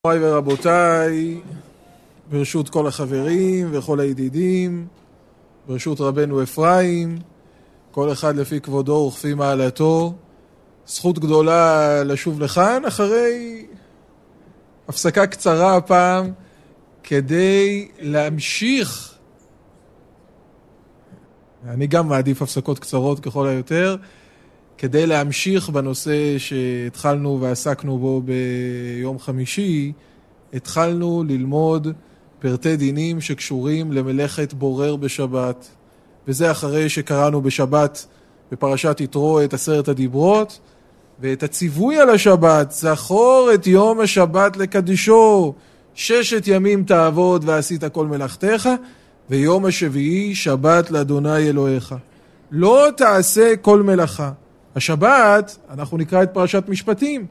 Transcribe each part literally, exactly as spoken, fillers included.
מוריי ורבותיי, ברשות כל החברים וכל הידידים, ברשות רבנו אפרים, כל אחד לפי כבודו וכפי מעלתו, זכות גדולה לשוב לכאן אחרי הפסקה קצרה הפעם כדי להמשיך. אני גם מעדיף הפסקות קצרות ככל היותר, כדי להמשיך בנושא שהתחלנו ועסקנו בו ביום חמישי. התחלנו ללמוד פרטי דינים שקשורים למלאכת בורר בשבת, וזה אחרי שקראנו בשבת בפרשת יתרו את עשרת הדיברות ואת הציווי על השבת, זכור את יום השבת לקדישו, ששת ימים תעבוד ועשית כל מלאכתך, ויום השביעי שבת לאדוני אלוהיך, לא תעשה כל מלאכה. השבת, אנחנו נקרא את פרשת משפטים,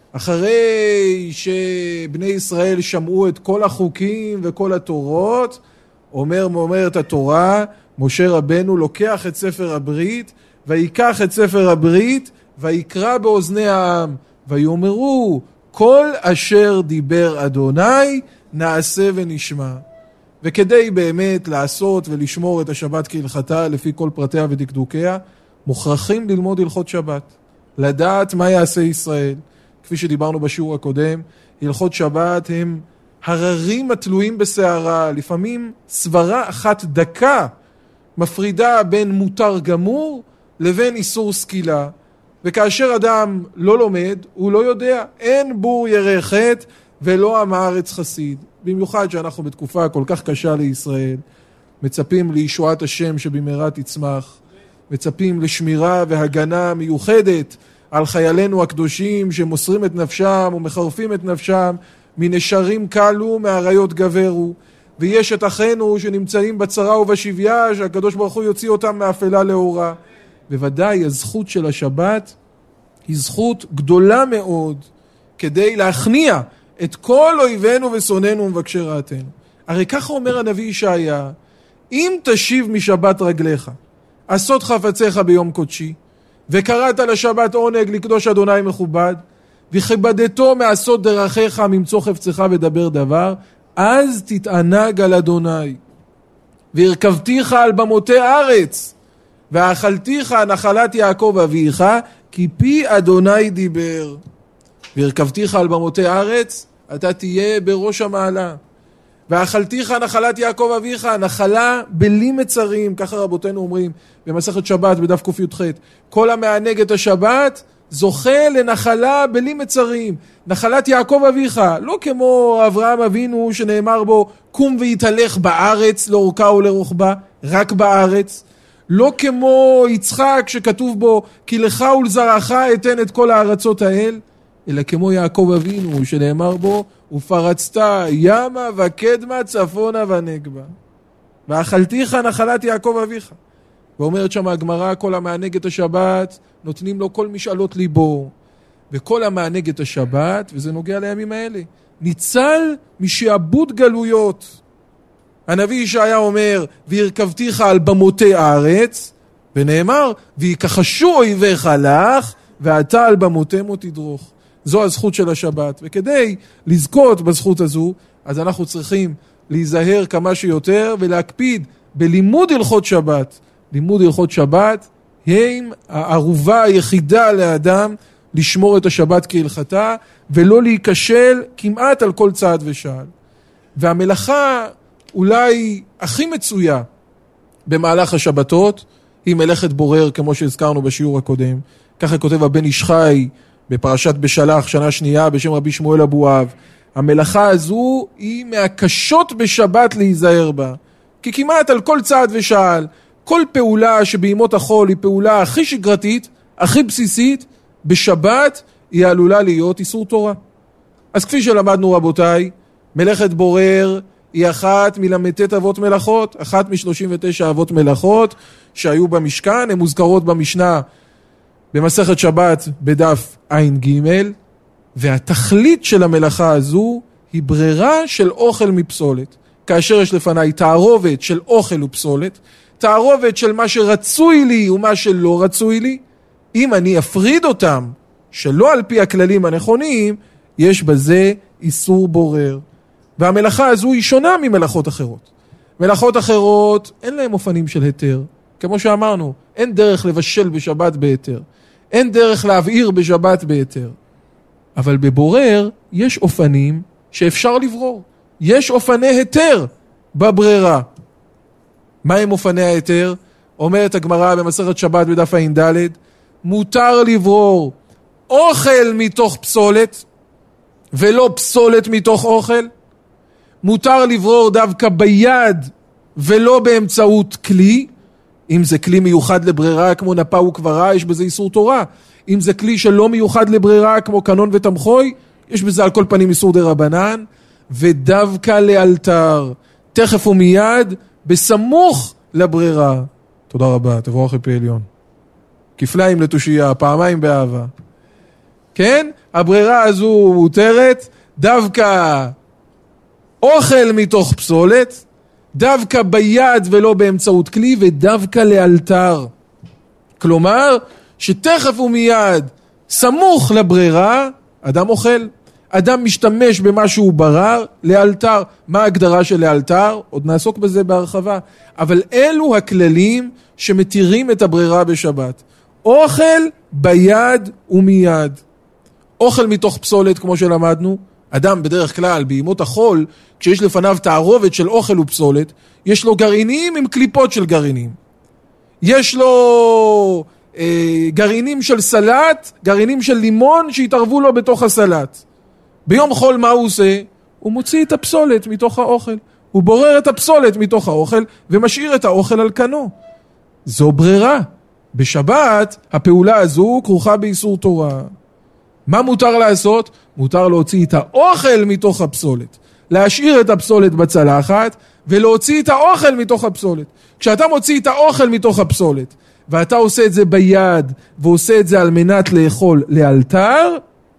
אחרי שבני ישראל שמעו את כל החוקים וכל התורות, אומר אומרת התורה, משה רבנו לוקח את ספר הברית, ויקח את ספר הברית, ויקרא באוזני העם, ויאמרו, כל אשר דיבר אדוני, נעשה ונשמע. וכדי באמת לעשות ולשמור את השבת כהלכתה, לפי כל פרטיה ודקדוקיה, מוכרחים ללמוד הלכות שבת, לדעת מה יעשה ישראל. כפי שדיברנו בשיעור הקודם, הלכות שבת הם הררים התלויים בשערה, לפעמים סברה אחת דקה מפרידה בין מותר גמור לבין איסור סקילה. וכאשר אדם לא לומד, הוא לא יודע, אין בור ירא חטא ולא עם הארץ חסיד. במיוחד שאנחנו בתקופה כל כך קשה לישראל, מצפים לישועת השם שבמהרה תצמח, מצפים לשמירה והגנה מיוחדת על חיילינו הקדושים שמוסרים את נפשם ומחרפים את נפשם, מנשרים קלו מאריות גברו, ויש את אחינו שנמצאים בצרה ובשביה שהקדוש ברוך הוא יוציא אותם מאפלה לאורה. בוודאי הזכות של השבת היא זכות גדולה מאוד כדי להכניע את כל אויבינו ושונאינו ומבקשי רעתנו. הרי ככה אומר הנביא ישעיה, אם תשיב משבת רגליך עשות חפציך ביום קודשי, וקראת לשבת עונג לקדוש אדוני מכובד, וכיבדתו מעשות דרכיך ממצוא חפצך ודבר דבר, אז תתענג על אדוני. והרכבתיך על במותי ארץ, ואכלתיך נחלת יעקב אביך, כי פי אדוני דיבר. והרכבתיך על במותי ארץ, אתה תהיה בראש המעלה. ואכלתיך נחלת יעקב אביך, נחלה בלי מצרים, ככה רבותינו אומרים במסכת שבת בדף ק"ח. כל המענג את השבת זוכה לנחלה בלי מצרים, נחלת יעקב אביך, לא כמו אברהם אבינו שנאמר בו קום והתהלך בארץ לאורכה ולרוחבה, רק בארץ, לא כמו יצחק שכתוב בו כי לך ולזרעך אתן את כל הארצות האל, אלא כמו יעקב אבינו שנאמר בו ופרצת ימה וקדמה צפונה ונגבה, ואכלתיך נחלת יעקב אביך. ואומרת שם הגמרא, כל המענג את השבת נותנים לו כל משאלות ליבו, וכל המענג את השבת, וזה נוגע לימים האלה, ניצל משעבוד גלויות. הנביא ישעיה אומר והרכבתיך על במותי הארץ, ונאמר ויקחשו אויביך לך ואתה על במותימו תדרוך. זו הזכות של השבת, וכדי לזכות בזכות הזו, אז אנחנו צריכים להיזהר כמה שיותר ולהקפיד בלימוד הלכות שבת. לימוד הלכות שבת הם הערובה היחידה לאדם לשמור את השבת כהלכתה, ולא להיכשל כמעט על כל צעד ושעל. והמלאכה אולי הכי מצויה במהלך השבתות היא מלאכת בורר, כמו שהזכרנו בשיעור הקודם. ככה כותב הבן איש חי בפרשת בשלח, שנה שנייה, בשם רבי שמואל אבואב. המלאכה הזו היא מהקשות בשבת להיזהר בה, כי כמעט על כל צעד ושעל, כל פעולה שבימות החול היא פעולה הכי שגרתית, הכי בסיסית, בשבת היא עלולה להיות איסור תורה. אז כפי שלמדנו רבותיי, מלאכת בורר היא אחת מל"ט אבות מלאכות, אחת מ-שלושים ותשע אבות מלאכות שהיו במשכן, הן מוזכרות במשנה במסכת שבת בדף עין ג', והתכלית של המלאכה הזו היא ברירה של אוכל מפסולת. כאשר יש לפניי תערובת של אוכל ופסולת, תערובת של מה שרצוי לי ומה שלא רצוי לי, אם אני אפריד אותם שלא על פי הכללים הנכונים, יש בזה איסור בורר. והמלאכה הזו היא שונה ממלאכות אחרות. מלאכות אחרות אין להם אופנים של היתר. כמו שאמרנו, אין דרך לבשל בשבת בהיתר. אין דרך להבעיר בשבת בהיתר. אבל בבורר יש אופנים שאפשר לברור. יש אופני היתר בברירה. מה הם אופני ההיתר? אומרת הגמרא במסכת שבת בדף ע"ד, מותר לברור אוכל מתוך פסולת ולא פסולת מתוך אוכל. מותר לברור דווקא ביד ולא באמצעות כלי. אם זה כלי מיוחד לברירה כמו נפה וקברה, יש בזה איסור תורה. אם זה כלי שלא מיוחד לברירה כמו קנון ותמחוי, יש בזה על כל פנים איסור דרבנן. ודווקא לאלתר, תכף ומיד, בסמוך לברירה. תודה רבה, תבורך בפי עליון. כפליים לתושייה, פעמיים באהבה. כן? הברירה הזו מותרת, דווקא אוכל מתוך פסולת, דווקא ביד ולא באמצעות כלי, ודווקא לאלתר. כלומר, שתכף ומיד, סמוך לברירה, אדם אוכל. אדם משתמש במה שהוא ברר, לאלתר. מה ההגדרה של לאלתר? עוד נעסוק בזה בהרחבה. אבל אלו הכללים שמתירים את הברירה בשבת. אוכל ביד ומיד. אוכל מתוך פסולת, כמו שלמדנו. אדם בדרך כלל, בימות החול, כשיש לפניו תערובת של אוכל ופסולת, יש לו גרעינים עם קליפות של גרעינים. יש לו אה, גרעינים של סלט, גרעינים של לימון שהתערבו לו בתוך הסלט. ביום חול מה הוא עושה? הוא מוציא את הפסולת מתוך האוכל. הוא בורר את הפסולת מתוך האוכל ומשאיר את האוכל על כנו. זו ברירה. בשבת הפעולה הזו כרוכה באיסור תורה. מה מותר לעשות? מותר להוציא את האוכל מתוך הפסולת. להשאיר את הפסולת בצלחת ולהוציא את האוכל מתוך הפסולת. כשאתה מוציא את האוכל מתוך הפסולת ואתה עושה את זה ביד ועושה את זה על מנת לאכול לאלתר,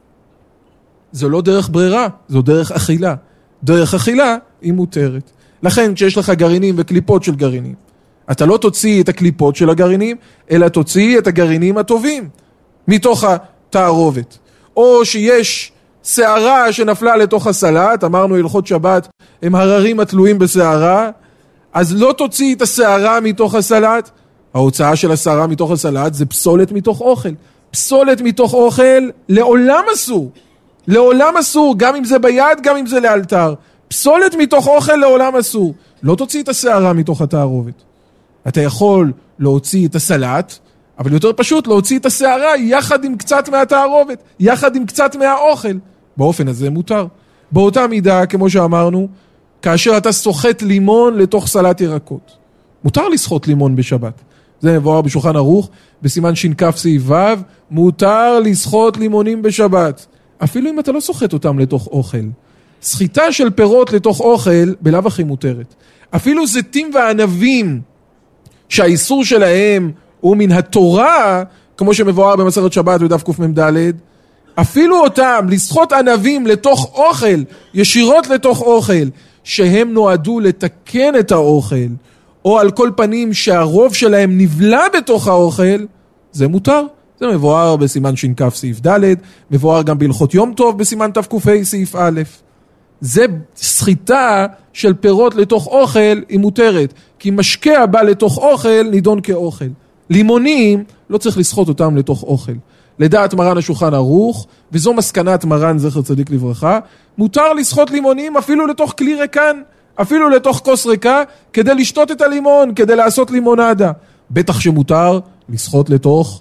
זו לא דרך ברירה, זו דרך אכילה. דרך אכילה היא מותרת. לכן כשיש לך גרעינים וקליפות של גרעינים, אתה לא תוציא את הקליפות של הגרעינים, אלא תוציא את הגרעינים הטובים מתוך התערובת. או שיש שערה שנפלה לתוך הסלט, אמרנו הלכות שבת הם הררים התלויים בשערה, אז לא תוציא את השערה מתוך הסלט. ההוצאה של השערה מתוך הסלט זה פסולת מתוך אוכל. פסולת מתוך אוכל לעולם אסור. לעולם אסור, גם אם זה ביד, גם אם זה לאלתר. פסולת מתוך אוכל לעולם אסור. לא תוציא את השערה מתוך התערובת. אתה יכול להוציא את הסלט, אבל יותר פשוט להוציא את השערה יחד עם קצת מהתערובת, יחד עם קצת מהאוכל. באופן הזה מותר. באותה מידה, כמו שאמרנו, כאשר אתה סוחט לימון לתוך סלט ירקות. מותר לסחוט לימון בשבת. זה מבואר בשולחן ערוך, בסימן ש"כ סעיף ו', מותר לסחוט לימונים בשבת. אפילו אם אתה לא סוחט אותם לתוך אוכל. סחיטה של פירות לתוך אוכל, בלאו הכי מותרת. אפילו זיתים וענבים, שהאיסור שלהם הוא מן התורה, כמו שמבואר במסכת שבת בדף קמ"ד, אפילו אותם, לסחוט ענבים לתוך אוכל, ישירות לתוך אוכל, שהם נועדו לתקן את האוכל, או על כל פנים שהרוב שלהם נבלע בתוך האוכל, זה מותר. זה מבואר בסימן ש"כ סעיף ד', מבואר גם בהלכות יום טוב בסימן תק"ה סעיף א'. זה סחיטה של פירות לתוך אוכל היא מותרת, כי משקה הבא לתוך אוכל נידון כאוכל. לימונים לא צריך לסחוט אותם לתוך אוכל. לדעת מרן השולחן ערוך, וזו מסקנת מרן זכר צדיק לברכה, מותר לסחוט לימונים אפילו לתוך כלי ריקן, אפילו לתוך כוס ריקה, כדי לשתות את הלימון, כדי לעשות לימונדה. בטח שמותר לסחוט לתוך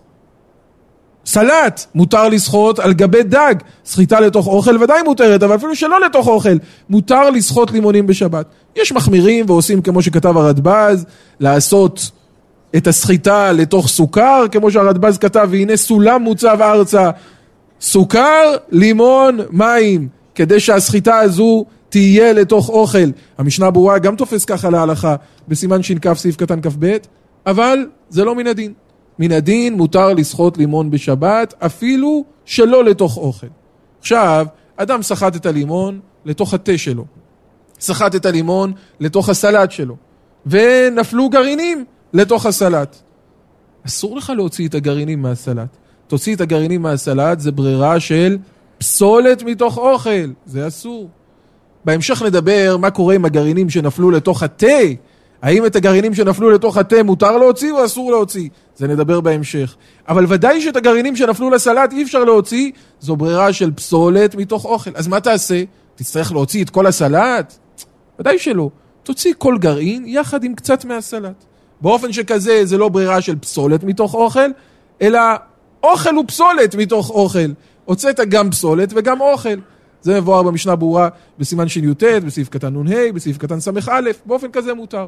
סלט, מותר לסחוט על גבי דג. סחיטה לתוך אוכל ודאי מותרת, אבל אפילו שלא לתוך אוכל, מותר לסחוט לימונים בשבת. יש מחמירים ועושים כמו שכתב הרדב"ז, לעשות את הסחיטה לתוך סוכר, כמו שהרדב"ז כתב, והנה סולם מוצב ארצה, סוכר, לימון, מים, כדי שהסחיטה הזו תהיה לתוך אוכל. המשנה ברורה גם תופס ככה להלכה, בסימן ש"כ סעיף קטן כ"ב, אבל זה לא מן הדין. מן הדין מותר לסחוט לימון בשבת, אפילו שלא לתוך אוכל. עכשיו, אדם סחט את הלימון לתוך התה שלו, סחט את הלימון לתוך הסלט שלו, ונפלו גרעינים לתוך הסלט. אסור לך להוציא את הגרעינים מהסלט. תוציא את הגרעינים מהסלט, זה ברירה של פסולת מתוך אוכל, זה אסור. בהמשך נדבר מה קורה עם הגרעינים שנפלו לתוך התה, האם את הגרעינים שנפלו לתוך התה מותר להוציא או אסור להוציא, זה נדבר בהמשך. אבל ודאי שאת הגרעינים שנפלו לסלט אי אפשר להוציא, זו ברירה של פסולת מתוך אוכל. אז מה תעשה? תצטרך להוציא את כל הסלט? ודאי שלא. תוציא כל גרעין יחד עם קצת מהסלט. באופן שכזה זה לא ברירה של פסולת מתוך אוכל, אלא אוכל ופסולת מתוך אוכל. הוצאת גם פסולת וגם אוכל. זה מבואר במשנה ברורה בסימן שי"ט, בסעיף קטן נ"ה, בסעיף קטן ס"א, באופן כזה מותר.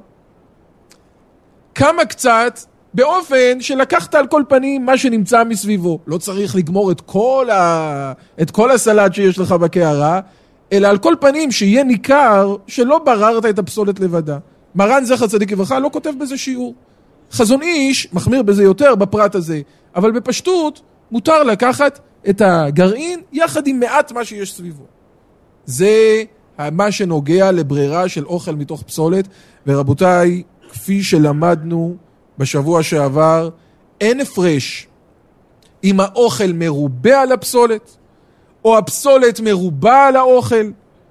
כמה קצת, באופן שלקחת על כל פנים מה שנמצא מסביבו. לא צריך לגמור את כל, ה... את כל הסלט שיש לך בקערה, אלא על כל פנים שיהיה ניכר שלא בררת את הפסולת לבדה. מרן זכר צדיק לברכה לא כותב בזה שיעור. חזון איש מחמיר בזה יותר בפרט הזה, אבל בפשטות מותר לקחת את הגרעין יחד עם מעט מה שיש סביבו. זה מה שנוגע לברירה של אוכל מתוך פסולת, ורבותיי, כפי שלמדנו בשבוע שעבר, אין הפרש אם האוכל מרובה על הפסולת, או הפסולת מרובה על האוכל.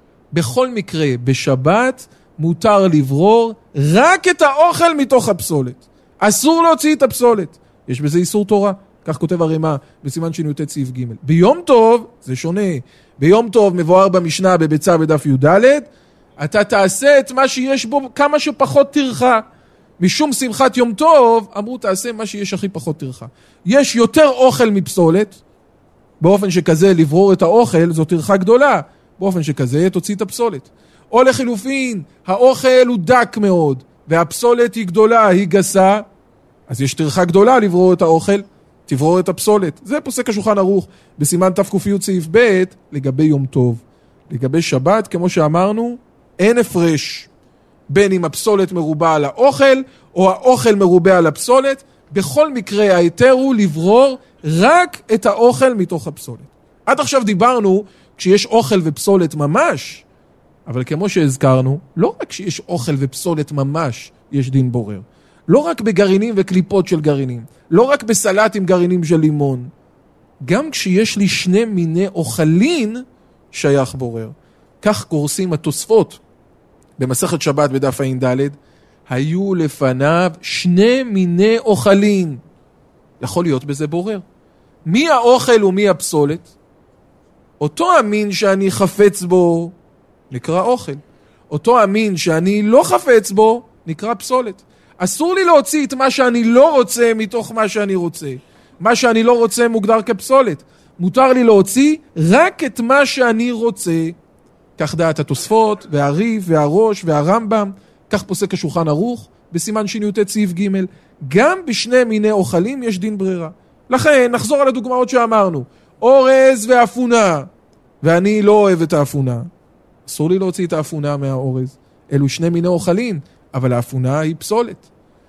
בכל מקרה, בשבת מותר לברור רק את האוכל מתוך הפסולת. אסור להוציא את הפסולת. יש בזה איסור תורה. כך כותב הרמ"א בסימן שי"ט סעיף ג'. ביום טוב, זה שונה. ביום טוב מבואר במשנה בביצה בדף י"ד, אתה תעשה את מה שיש בו כמה שפחות טרחה. משום שמחת יום טוב, אמרו תעשה מה שיש הכי פחות טרחה. יש יותר אוכל מפסולת, באופן שכזה לברור את האוכל זו טרחה גדולה, באופן שכזה תוציא את הפסולת. או לחילופין, האוכל הוא דק מאוד, והפסולת היא גדולה, היא גסה, אז יש טרחה גדולה לברור את האוכל, תברור את הפסולת. זה פוסק השולחן ערוך בסימן תק"י סעיף ב' לגבי יום טוב. לגבי שבת, כמו שאמרנו, אין הפרש בין אם הפסולת מרובה על האוכל, או האוכל מרובה על הפסולת. בכל מקרה ההיתר הוא לברור רק את האוכל מתוך הפסולת. עד עכשיו דיברנו כשיש אוכל ופסולת ממש, אבל כמו שהזכרנו, לא רק כשיש אוכל ופסולת ממש יש דין בורר. לא רק בגרעינים וקליפות של גרעינים, לא רק בסלט עם גרעינים של לימון, גם כשיש לי שני מיני אוכלין שייך בורר. כך גורסים התוספות במסכת שבת בדף ע"ד, היו לפניו שני מיני אוכלין. יכול להיות בזה בורר. מי האוכל ומי הפסולת? אותו המין שאני חפץ בו נקרא אוכל. אותו המין שאני לא חפץ בו נקרא פסולת. אסור לי להוציא את מה שאני לא רוצה מתוך מה שאני רוצה. מה שאני לא רוצה מוגדר כפסולת. מותר לי להוציא רק את מה שאני רוצה. כך דעת התוספות והריף והראש והרמב"ם. כך פוסק השולחן ערוך בסימן שי"ט סעיף ג'. גם בשני מיני אוכלים יש דין ברירה. לכן נחזור על הדוגמאות שאמרנו. אורז ואפונה. ואני לא אוהב את האפונה. אסור לי להוציא את האפונה מהאורז. אלו שני מיני אוכלים, אבל האפונה היא פסולת.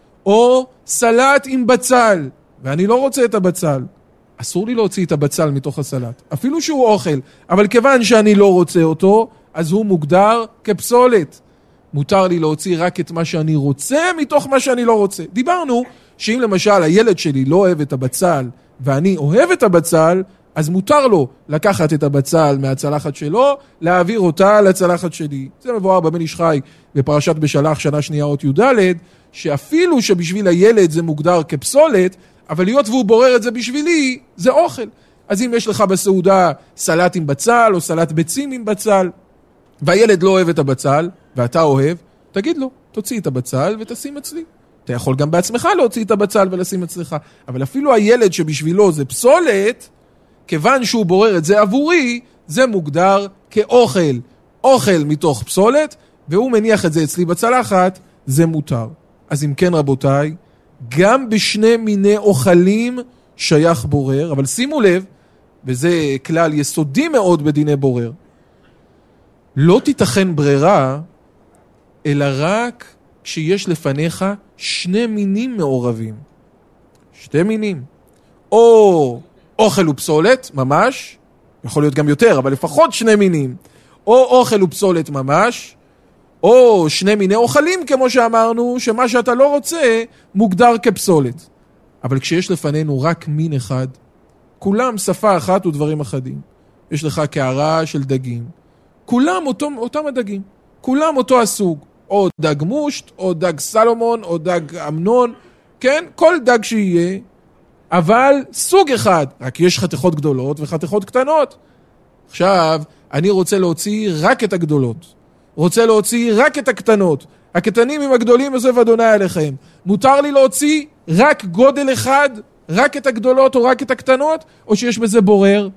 או סלט עם בצל, ואני לא רוצה את הבצל. אסור לי להוציא את הבצל מתוך הסלט. אפילו שהוא אוכל, אבל כיוון שאני לא רוצה אותו, אז הוא מוגדר כפסולת. מותר לי להוציא רק את מה שאני רוצה מתוך מה שאני לא רוצה. דיברנו שאם למשל הילד שלי לא אוהב את הבצל, ואני אוהב את הבצל, אז מותר לו לקחת את הבצל מהצלחת שלו, להעביר אותה לצלחת שלי. זה מבואר בבן איש חי בפרשת בשלח שנה שנייה אות י"ד, שאפילו שבשביל הילד זה מוגדר כפסולת, אבל להיות והוא בורר את זה בשבילי, זה אוכל. אז אם יש לך בסעודה סלט עם בצל או סלט ביצים עם בצל, והילד לא אוהב את הבצל, ואתה אוהב, תגיד לו, תוציא את הבצל ותשים אצלי. אתה יכול גם בעצמך להוציא את הבצל ולשים אצלך, אבל אפילו הילד שבשבילו זה פסולת, כיוון שהוא בורר את זה עבורי, זה מוגדר כאוכל. אוכל מתוך פסולת, והוא מניח את זה אצלי בצלחת, זה מותר. אז אם כן רבותיי, גם בשני מיני אוכלים שייך בורר, אבל שימו לב, וזה כלל יסודי מאוד בדיני בורר, לא תיתכן ברירה, אלא רק כשיש לפניך שני מינים מעורבים. שתי מינים. או אוכל ופסולת, ממש, יכול להיות גם יותר, אבל לפחות שני מינים. או אוכל ופסולת ממש, או שני מיני אוכלים, כמו שאמרנו, שמה שאתה לא רוצה מוגדר כפסולת. אבל כשיש לפנינו רק מין אחד, כולם שפה אחת ודברים אחדים. יש לך קערה של דגים. כולם אותו, אותם הדגים. כולם אותו הסוג. או דג מושט, או דג סלומון, או דג אמנון. כן? כל דג שיהיה. אבל סוג אחד. רק יש חתיכות גדולות וחתיכות קטנות. עכשיו, אני רוצה להוציא רק את הגדולות. רוצה להוציא רק את הקטנות. הקטנים עם הגדולים יוסף אדוני עליכם. מותר לי להוציא רק גודל אחד, רק את הגדולות או רק את הקטנות, או שיש בזה בורר?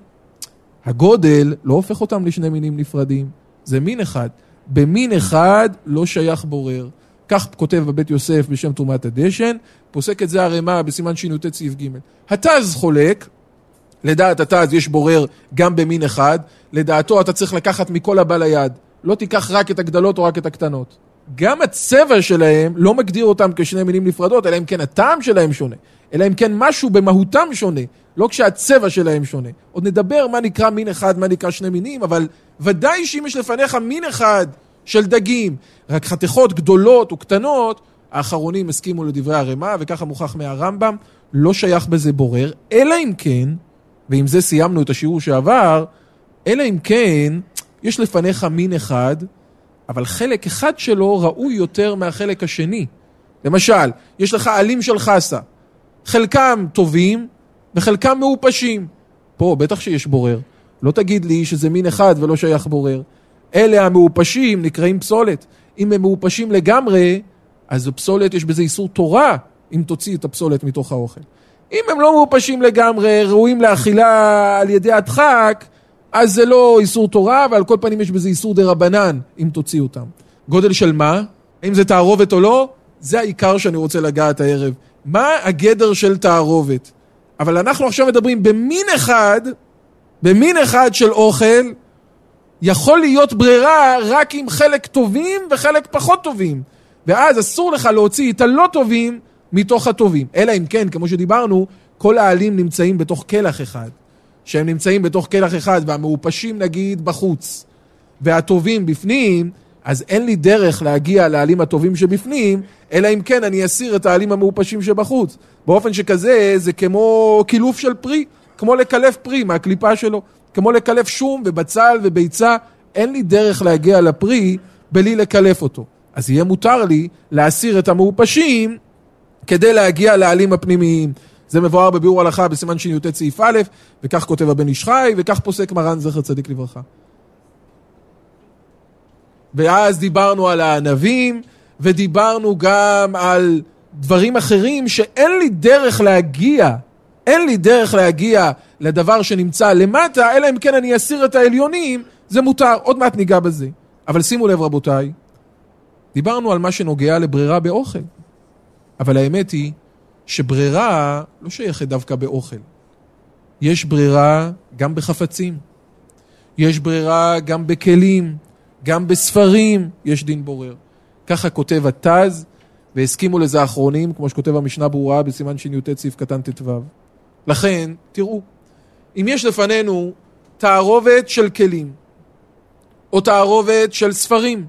הגודל לא הופך אותם לשני מינים נפרדים. זה מין אחד. במין אחד לא שייך בורר. כך כותב בבית יוסף בשם תרומת הדשן, פוסק את זה הרמה בסימן שי"ט סעיף ג'. התז חולק, לדעת התז יש בורר גם במין אחד, לדעתו אתה צריך לקחת מכל הבא ליד. לא תיקח רק את הגדלות או רק את הקטנות. גם הצבע שלהם לא מגדיר אותם כשני מינים נפרדות, אלא אם כן הטעם שלהם שונה. אלא אם כן משהו במהותם שונה, לא כשהצבע שלהם שונה. עוד נדבר מה נקרא מין אחד, מה נקרא שני מינים, אבל ודאי שאם יש לפניך מין אחד של דגים, רק חתיכות גדולות וקטנות, האחרונים הסכימו לדברי הרמה, וככה מוכח מהרמב"ם, לא שייך בזה בורר, אלא אם כן, ועם זה סיימנו את השיעור שעבר, אלא אם כן, יש לפניך מין אחד, אבל חלק אחד שלו ראוי יותר מהחלק השני. למשל, יש לך עלים של חסה, חלקם טובים וחלקם מאופשים. פה בטח שיש בורר. לא תגיד לי שזה מין אחד ולא שייך בורר. אלה המאופשים נקראים פסולת. אם הם מאופשים לגמרי, אז פסולת יש בזה איסור תורה, אם תוציא את הפסולת מתוך האוכל. אם הם לא מאופשים לגמרי, ראויים לאכילה על ידי הדחק, אז זה לא איסור תורה, ועל כל פנים יש בזה איסור דרבנן, אם תוציא אותם. גודל של מה? האם זה תערובת או לא? זה העיקר שאני רוצה לגעת הערב. מה הגדר של תערובת? אבל אנחנו עכשיו מדברים במין אחד, במין אחד של אוכל, יכול להיות ברירה רק עם חלק טובים וחלק פחות טובים. ואז אסור לך להוציא את הלא טובים מתוך הטובים. אלא אם כן, כמו שדיברנו, כל העלים נמצאים בתוך כלח אחד. שהם נמצאים בתוך כלח אחד, והמאופשים נגיד בחוץ, והטובים בפנים, אז אין לי דרך להגיע לעלים הטובים שבפנים, אלא אם כן אני אסיר את העלים המאופשים שבחוץ. באופן שכזה זה כמו קילוף של פרי, כמו לקלף פרי מהקליפה שלו, כמו לקלף שום ובצל וביצה, אין לי דרך להגיע לפרי בלי לקלף אותו. אז יהיה מותר לי להסיר את המאופשים כדי להגיע לעלים הפנימיים. זה מבואר בביאור הלכה בסימן שי"ט סעיף א', וכך כותב הבן איש חי, וכך פוסק מרן זכר צדיק לברכה. ואז דיברנו על הענבים, ודיברנו גם על דברים אחרים שאין לי דרך להגיע, אין לי דרך להגיע לדבר שנמצא למטה, אלא אם כן אני אסיר את העליונים, זה מותר, עוד מעט ניגע בזה. אבל שימו לב רבותיי, דיברנו על מה שנוגע לברירה באוכל. אבל האמת היא שברירה לא שייכת דווקא באוכל. יש ברירה גם בחפצים. יש ברירה גם בכלים, גם בספרים יש דין בורר. ככה כותב התז, והסכימו לזה האחרונים, כמו שכותב המשנה ברורה בסימן שי"ט סעיף קטן ט"ו. לכן, תראו, אם יש לפנינו תערובת של כלים, או תערובת של ספרים,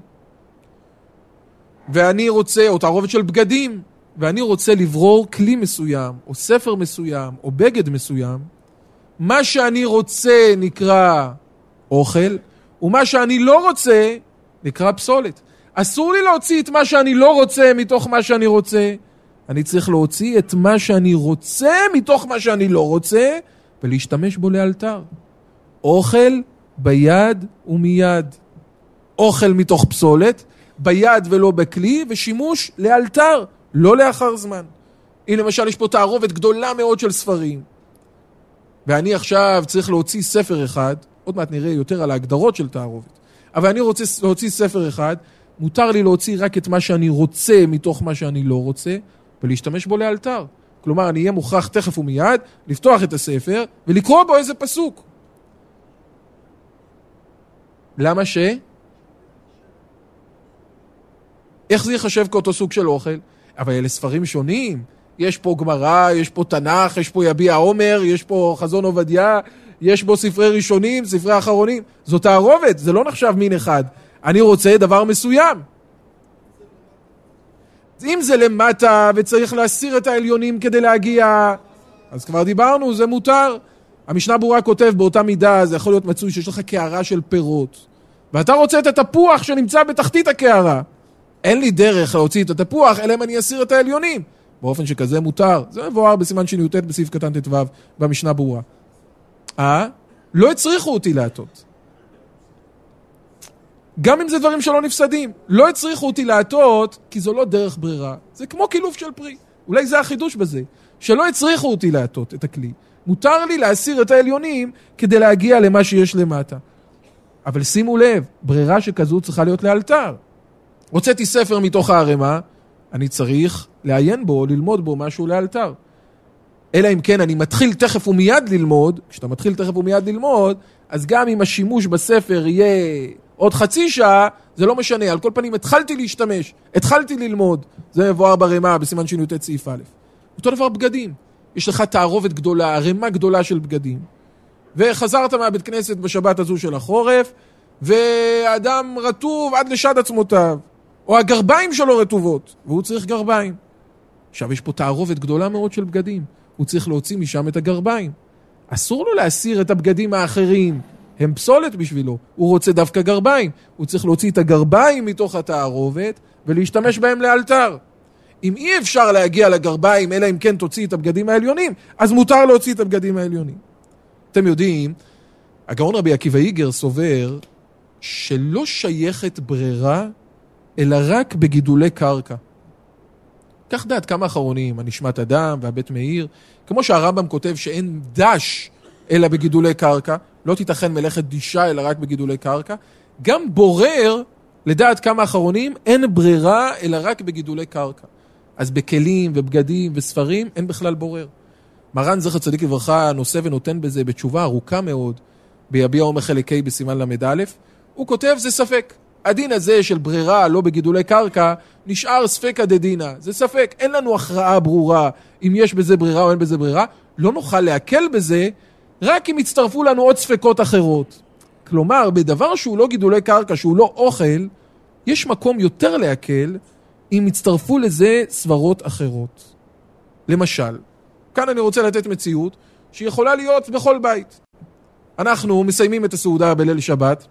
ואני רוצה, או תערובת של בגדים, ואני רוצה לברור כלי מסוים, או ספר מסוים, או בגד מסוים, מה שאני רוצה נקרא אוכל, ומה שאני לא רוצה נקרא פסולת. אסור לי להוציא את מה שאני לא רוצה מתוך מה שאני רוצה. אני צריך להוציא את מה שאני רוצה מתוך מה שאני לא רוצה, ולהשתמש בו לאלתר. אוכל ביד ומיד. אוכל מתוך פסולת, ביד ולא בכלי, ושימוש לאלתר, לא לאחר זמן. הנה למשל יש פה תערובת גדולה מאוד של ספרים. ואני עכשיו צריך להוציא ספר אחד, עוד מעט נראה יותר על ההגדרות של תערובת, אבל אני רוצה להוציא ספר אחד, מותר לי להוציא רק את מה שאני רוצה מתוך מה שאני לא רוצה, ולהשתמש בו לאלתר. כלומר, אני אהיה מוכרח תכף ומיד לפתוח את הספר ולקרוא בו איזה פסוק. למה ש? איך זה יחשב כאותו סוג של אוכל? אבל אלה ספרים שונים. יש פה גמרא, יש פה תנ"ך, יש פה יביע עומר, יש פה חזון עובדיה, יש בו ספרי ראשונים, ספרי אחרונים. זאת תערובת, זה לא נחשב מין אחד. אני רוצה דבר מסוים. אם זה למטה וצריך להסיר את העליונים כדי להגיע, אז כבר דיברנו, זה מותר. המשנה ברורה כותב באותה מידה, זה יכול להיות מצוי שיש לך קערה של פירות, ואתה רוצה את התפוח שנמצא בתחתית הקערה. אין לי דרך להוציא את התפוח, אלא אם אני אסיר את העליונים. באופן שכזה מותר. זה מבואר בסימן ש"ט בסעיף קטן ט"ו במשנה ברורה. אה? לא הצריכו אותי להטות. גם אם זה דברים שלא נפסדים. לא הצריכו אותי להטות, כי זו לא דרך ברירה. זה כמו קילוף של פרי. אולי זה החידוש בזה. שלא הצריכו אותי להטות את הכלי. מותר לי להסיר את העליונים כדי להגיע למה שיש למטה. אבל שימו לב, ברירה שכזו צריכה להיות לאלתר. הוצאתי ספר מתוך הערימה, אני צריך לעיין בו, ללמוד בו משהו לאלתר. אלא אם כן אני מתחיל תכף ומיד ללמוד, כשאתה מתחיל תכף ומיד ללמוד, אז גם אם השימוש בספר יהיה עוד חצי שעה, זה לא משנה. על כל פנים התחלתי להשתמש, התחלתי ללמוד. זה מבואר בערימה בסימן ש"ט סעיף א'. אותו דבר בגדים. יש לך תערובת גדולה, ערימה גדולה של בגדים. וחזרת מהבית כנסת בשבת הזו של החורף, והאדם רטוב עד לשד עצמותיו, או הגרביים שלו רטובות, והוא צריך גרביים. עכשיו יש פה תערובת גדולה מאוד של בגדים, הוא צריך להוציא משם את הגרביים. אסור לו להסיר את הבגדים האחרים, הם פסולת בשבילו, הוא רוצה דווקא גרביים, הוא צריך להוציא את הגרביים מתוך התערובת, ולהשתמש בהם לאלתר. אם אי אפשר להגיע לגרביים, אלא אם כן תוציא את הבגדים העליונים, אז מותר להוציא את הבגדים העליונים. אתם יודעים, הגאון רבי עקיבא איגר סובר שלא שייכת ברירה, אלא רק בגידולי קרקע. כך דעת כמה אחרונים, הנשמת אדם והבית מאיר, כמו שהרמב"ם כותב שאין דש אלא בגידולי קרקע, לא תיתכן מלאכת דישה אלא רק בגידולי קרקע, גם בורר, לדעת כמה אחרונים, אין ברירה אלא רק בגידולי קרקע. אז בכלים ובגדים וספרים אין בכלל בורר. מרן זכר צדיק לברכה נושא ונותן בזה בתשובה ארוכה מאוד, ביביע עומר חלקי בסימן למד א', הוא כותב זה ספק. הדין הזה של ברירה לא בגידולי קרקע נשאר ספק הדדינה. זה ספק, אין לנו הכרעה ברורה אם יש בזה ברירה או אין בזה ברירה. לא נוכל להקל בזה רק אם יצטרפו לנו עוד ספקות אחרות. כלומר, בדבר שהוא לא גידולי קרקע, שהוא לא אוכל, יש מקום יותר להקל אם יצטרפו לזה סברות אחרות. למשל, כאן אני רוצה לתת מציאות שיכולה להיות בכל בית. אנחנו מסיימים את הסעודה בליל שבת,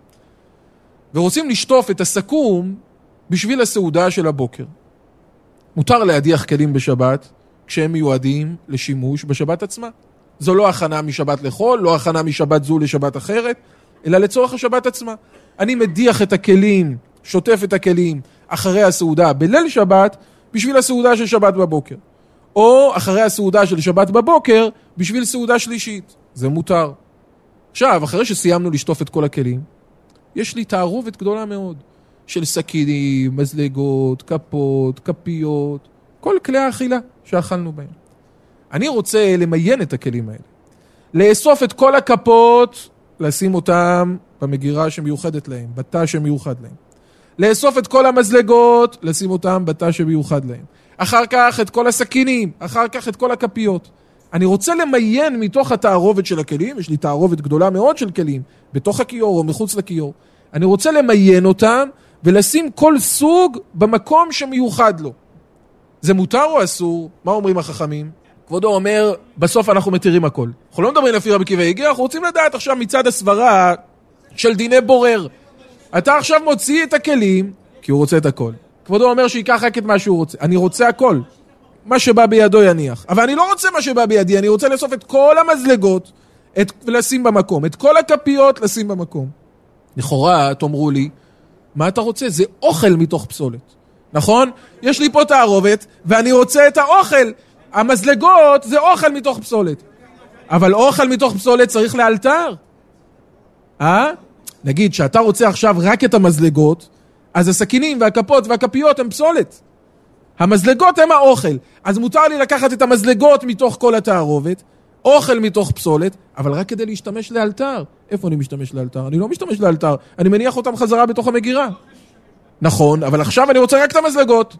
ורוצים לשטוף את הסכו"ם בשביל הסעודה של הבוקר. מותר להדיח כלים בשבת, כשהם מיועדים לשימוש בשבת עצמה. זו לא הכנה משבת לחול, לא הכנה משבת זו לשבת אחרת, אלא לצורך השבת עצמה. אני מדיח את הכלים, שוטף את הכלים, אחרי הסעודה בליל שבת, בשביל הסעודה של שבת בבוקר. או אחרי הסעודה של שבת בבוקר, בשביל סעודה שלישית. זה מותר. עכשיו, אחרי שסיימנו לשטוף את כל הכלים, יש לי תערובת גדולה מאוד של סכינים, מזלגות, כפות, כפיות, כל כלי האכילה שאכלנו בהם. אני רוצה למיין את הכלים האלה. לאסוף את כל הכפות, לשים אותם במגירה שמיוחדת להם, בתא שמיוחד להם. לאסוף את כל המזלגות, לשים אותם בתא שמיוחד להם. אחר כך את כל הסכינים, אחר כך את כל הכפיות. אני רוצה למיין מתוך התערובת של הכלים, יש לי תערובת גדולה מאוד של כלים, בתוך הכיור או מחוץ לכיור. אני רוצה למיין אותם ולשים כל סוג במקום שמיוחד לו. זה מותר או אסור? מה אומרים החכמים? כבודו אומר, בסוף אנחנו מתירים הכל. אנחנו לא מדברים לפי רבי עקיבא איגר, אנחנו רוצים לדעת עכשיו מצד הסברה של דיני בורר. אתה עכשיו מוציא את הכלים, כי הוא רוצה את הכל. כבודו אומר שיקח רק את מה שהוא רוצה. אני רוצה הכל. מה שבא בידו יניח. אבל אני לא רוצה מה שבא בידי, אני רוצה לאסוף את כל המזלגות את, ולשים במקום. את כל הכפיות לשים במקום. לכאורה, תאמרו לי, מה אתה רוצה? זה אוכל מתוך פסולת. נכון? יש לי פה תערובת, ואני רוצה את האוכל. המזלגות זה אוכל מתוך פסולת. אבל אוכל מתוך פסולת צריך לאלתר. אה? נגיד שאתה רוצה עכשיו רק את המזלגות, אז הסכינים והכפות והכפיות הם פסולת. המזלגות הם האוכל. אז מותר לי לקחת את המזלגות מתוך כל התערובת, אוכל מתוך פסולת, אבל רק כדי להשתמש לאלתר. איפה אני משתמש לאלתר? אני לא משתמש לאלתר. אני מניח אותם חזרה בתוך המגירה. נכון, אבל עכשיו אני רוצה רק את המזלגות.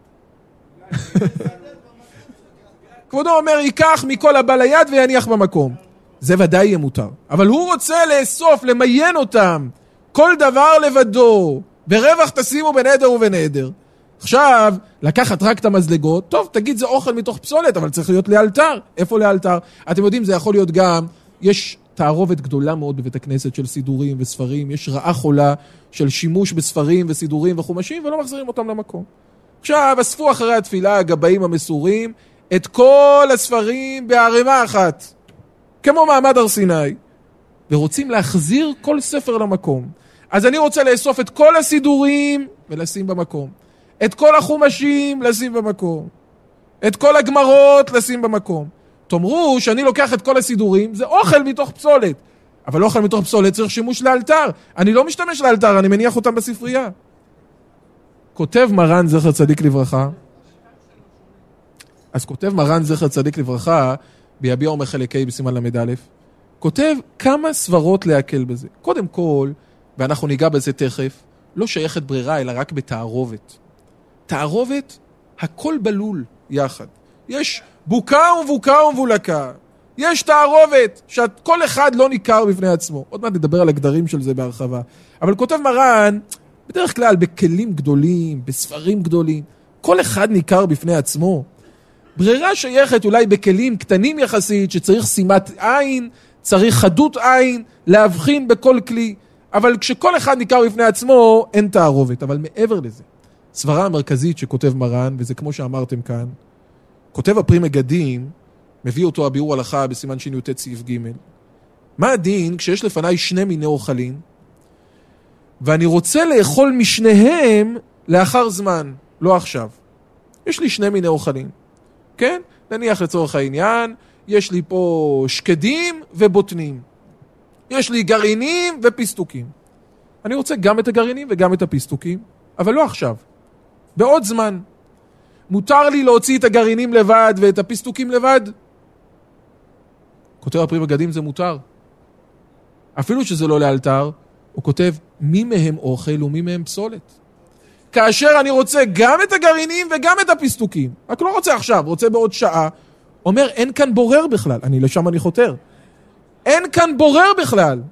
כבודו אומר, ייקח מכל הבא ליד ויניח במקום. זה ודאי יהיה מותר. אבל הוא רוצה לאסוף, למיין אותם. כל דבר לבדו. ברווח תשימו בנדר ובנדר. עכשיו, לקחת רק את המזלגות, טוב, תגיד זה אוכל מתוך פסולת, אבל צריך להיות לאלתר. איפה לאלתר? אתם יודעים, זה יכול להיות גם יש תערובת גדולה מאוד בבית הכנסת של סידורים וספרים, יש רעה חולה של שימוש בספרים וסידורים וחומשים, ולא מחזירים אותם למקום. עכשיו, אספו אחרי התפילה הגבאים המסורים, את כל הספרים בערימה אחת, כמו מעמד הר סיני, ורוצים להחזיר כל ספר למקום. אז אני רוצה לאסוף את כל הסידורים ולשים במקום. את כל החומשים לשים במקום. את כל הגמרות לשים במקום. תאמרו שאני לוקח את כל הסידורים, זה אוכל מתוך פסולת. אבל אוכל מתוך פסולת צריך שימוש לאלתר. אני לא משתמש לאלתר, אני מניח אותם בספרייה. כותב מרן זכר צדיק לברכה, אז כותב מרן זכר צדיק לברכה, ביביע אומר חלקי בסימן למד א', כותב כמה סברות להקל בזה. קודם כל, ואנחנו ניגע בזה תכף, לא שייכת ברירה, אלא רק בתערובת. תערובת, הכל בלול יחד. יש בוקה ובוקה ומבולקה. יש תערובת, שכל אחד לא ניכר בפני עצמו. עוד מעט נדבר על הגדרים של זה בהרחבה. אבל כותב מרן, בדרך כלל בכלים גדולים, בספרים גדולים, כל אחד ניכר בפני עצמו. ברירה שייכת אולי בכלים קטנים יחסית, שצריך שימת עין, צריך חדות עין, להבחין בכל כלי. אבל כשכל אחד ניכר בפני עצמו, אין תערובת. אבל מעבר לזה, סברה המרכזית שכותב מרן, וזה כמו שאמרתם כאן, כותב הפרי מגדים, מביא אותו הביאור הלכה בסימן שי"ט סעיף ג'. מה הדין כשיש לפניי שני מיני אוכלים, ואני רוצה לאכול משניהם לאחר זמן, לא עכשיו. יש לי שני מיני אוכלים, כן? נניח לצורך העניין, יש לי פה שקדים ובוטנים. יש לי גרעינים ופיסטוקים. אני רוצה גם את הגרעינים וגם את הפיסטוקים, אבל לא עכשיו. בעוד זמן. מותר לי להוציא את הגרעינים לבד ואת הפיסטוקים לבד? כותב הפרי מגדים זה מותר. אפילו שזה לא לאלתר, הוא כותב מי מהם אוכל ומי מהם פסולת. כאשר אני רוצה גם את הגרעינים וגם את הפיסטוקים, רק לא רוצה עכשיו, רוצה בעוד שעה, אומר אין כאן בורר בכלל, אני לשם אני חותר. אין כאן בורר בכלל.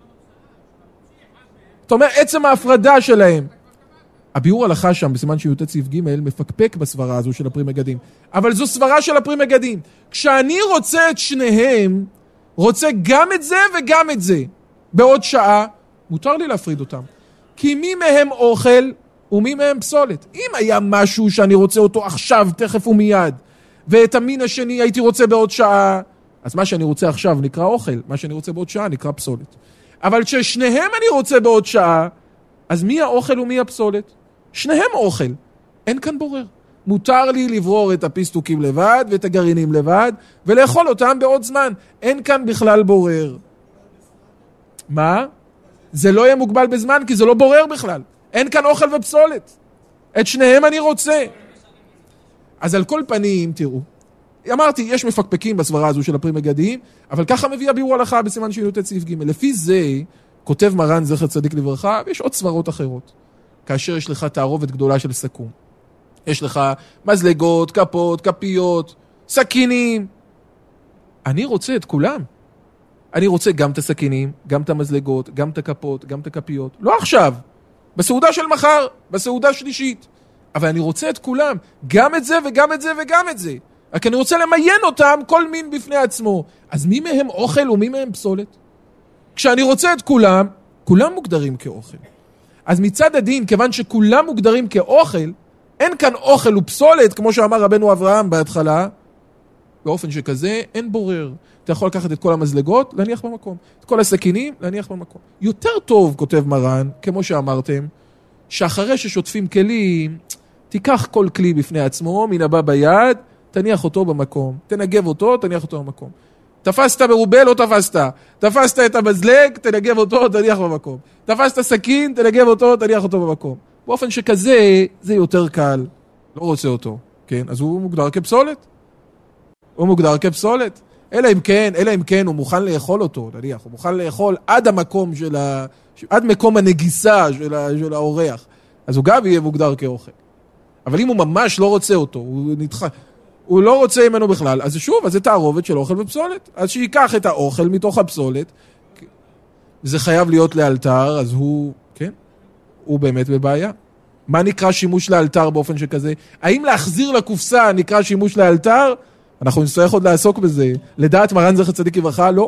זאת אומרת, עצם ההפרדה שלהם. הביאור הלכה שם בסימן שי"ט סעיף ג' מפקפק בסברה הזו של הפרי מגדים. אבל זו סברה של הפרי מגדים. כשאני רוצה את שניהם, רוצה גם את זה וגם את זה. בעוד שעה, מותר לי להפריד אותם. כי מי מהם אוכל ומי מהם פסולת. אם היה משהו שאני רוצה אותו עכשיו, תכף ומיד, ואת המין השני הייתי רוצה בעוד שעה, אז מה שאני רוצה עכשיו נקרא אוכל, מה שאני רוצה בעוד שעה נקרא פסולת. אבל כששניהם אני רוצה בעוד שעה, אז מי האוכל ומי הפסולת? שניהם אוכל. אין כאן בורר. מותר לי לברור את הפיסטוקים לבד ואת הגרעינים לבד, ולאכול אותם בעוד זמן. אין כאן בכלל בורר. מה? זה לא יהיה מוגבל בזמן, כי זה לא בורר בכלל. אין כאן אוכל ופסולת. את שניהם אני רוצה. אז על כל פנים, תראו. אמרתי, יש מפקפקים בסברה הזו של הפרי מגדים, אבל ככה מביא הביאור הלכה בסימן שי"ט סעיף ג'. לפי זה, כותב מרן זכר צדיק לברכה, ויש עוד סברות אחרות. כאשר יש לך תערובת גדולה של סכו"ם. יש לך מזלגות, כפות, כפיות, סכינים. אני רוצה את כולם. אני רוצה גם את הסכינים, גם את המזלגות, גם את הכפות, גם את הכפיות. לא עכשיו, בסעודה של מחר, בסעודה שלישית. אבל אני רוצה את כולם, גם את זה וגם את זה וגם את זה. רק אני רוצה למיין אותם כל מין בפני עצמו. אז מי מהם אוכל ומי מהם פסולת? כשאני רוצה את כולם, כולם מוגדרים כאוכל. אז מצד הדין, כיוון שכולם מוגדרים כאוכל, אין כאן אוכל ופסולת, כמו שאמר רבנו אברהם בהתחלה, באופן שכזה אין בורר. אתה יכול לקחת את כל המזלגות, להניח במקום. את כל הסכינים, להניח במקום. יותר טוב, כותב מרן, כמו שאמרתם, שאחרי ששוטפים כלים, תיקח כל כלי בפני עצמו, מן הבא ביד, תניח אותו במקום. תנגב אותו, תניח אותו במקום. תפסת מרובה, לא תפסת. תפסת את המזלג, תנגב אותו, תניח במקום. תפסת סכין, תנגב אותו, תניח אותו במקום. באופן שכזה, זה יותר קל. לא רוצה אותו, כן? אז הוא מוגדר כפסולת. הוא מוגדר כפסולת. אלא אם כן, אלא אם כן, הוא מוכן לאכול אותו, תניח. הוא מוכן לאכול עד המקום של ה... עד מקום הנגיסה של, ה... של האורח. אז הוא גם יהיה מוגדר כאוכל. אבל אם הוא ממש לא רוצה אותו, הוא נדחה... הוא לא רוצה ממנו בכלל, אז שוב, אז זה תערובת של אוכל ופסולת. אז שיקח את האוכל מתוך הפסולת, זה חייב להיות לאלתר, אז הוא, כן, הוא באמת בבעיה. מה נקרא שימוש לאלתר באופן שכזה? האם להחזיר לקופסה נקרא שימוש לאלתר? אנחנו נצטרך עוד לעסוק בזה. לדעת מרן זכר צדיק לברכה, לא.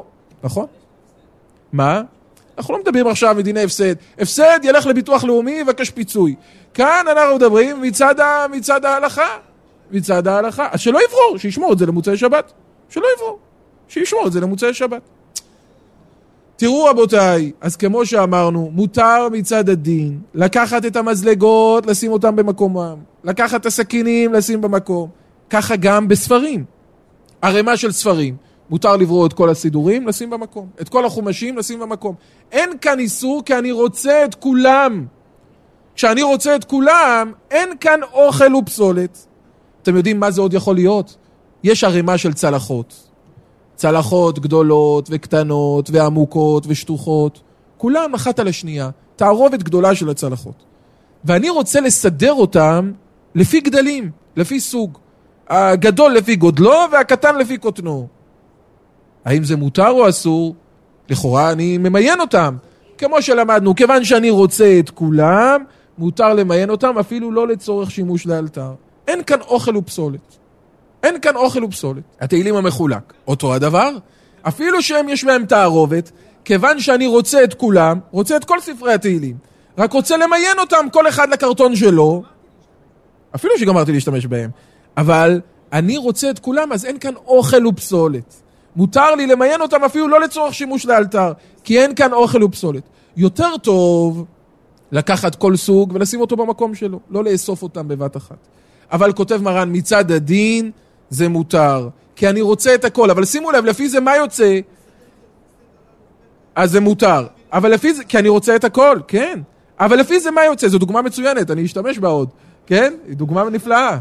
נכון? מה? אנחנו לא מדברים עכשיו מדיני הפסד. הפסד ילך לביטוח לאומי ובקש פיצוי. כאן אנחנו מדברים מצד, ה... מצד ההלכה. מצד ההלכה. אז שלא יברור, שישמור את זה למוצאי שבת. שלא יברור, שישמור את זה למוצאי שבת. תראו רבותיי, אז כמו שאמרנו, מותר מצד הדין לקחת את המזלגות, לשים אותם במקומם. לקחת את הסכינים, לשים במקום. ככה גם בספרים. הרמה של ספרים. מותר לברוא את כל הסידורים, לשים במקום. את כל החומשים, לשים במקום. אין כאן איסור, כי אני רוצה את כולם. כשאני רוצה את כולם, אין כאן אוכל ופסולת. אתם יודעים מה זה עוד יכול להיות? יש הרמה של צלחות. צלחות גדולות וקטנות ועמוקות ושטוחות. כולם אחת על השנייה. תערובת גדולה של הצלחות. ואני רוצה לסדר אותם לפי גדלים, לפי סוג. הגדול לפי גודלו והקטן לפי קוטנו. האם זה מותר או אסור? לכאורה אני ממיין אותם. כמו שלמדנו, כיוון שאני רוצה את כולם, מותר למיין אותם אפילו לא לצורך שימוש לאלתר. אין כאן אוכל ופסולת. אין כאן אוכל ופסולת. התהילים המחולק. אותו הדבר. אפילו שהם יש בהם תערובת, כיוון שאני רוצה את כולם, רוצה את כל ספרי התהילים. רק רוצה למיין אותם כל אחד לקרטון שלו. אפילו שגמרתי להשתמש בהם. אבל אני רוצה את כולם, אז אין כאן אוכל ופסולת. מותר לי למיין אותם אפילו לא לצורך שימוש לאלתר, כי אין כאן אוכל ופסולת. יותר טוב לקחת כל סוג ולשים אותו במקום שלו, לא לאסוף אותם בבת אחת. אבל כותב מרן, מצד הדין זה מותר, כי אני רוצה את הכל, אבל שימו לב, לפי זה מה יוצא? אז זה מותר. אבל לפי זה, כי אני רוצה את הכל, כן. אבל לפי זה מה יוצא? זו דוגמה מצוינת, אני אשתמש בה עוד, כן? היא דוגמה נפלאה.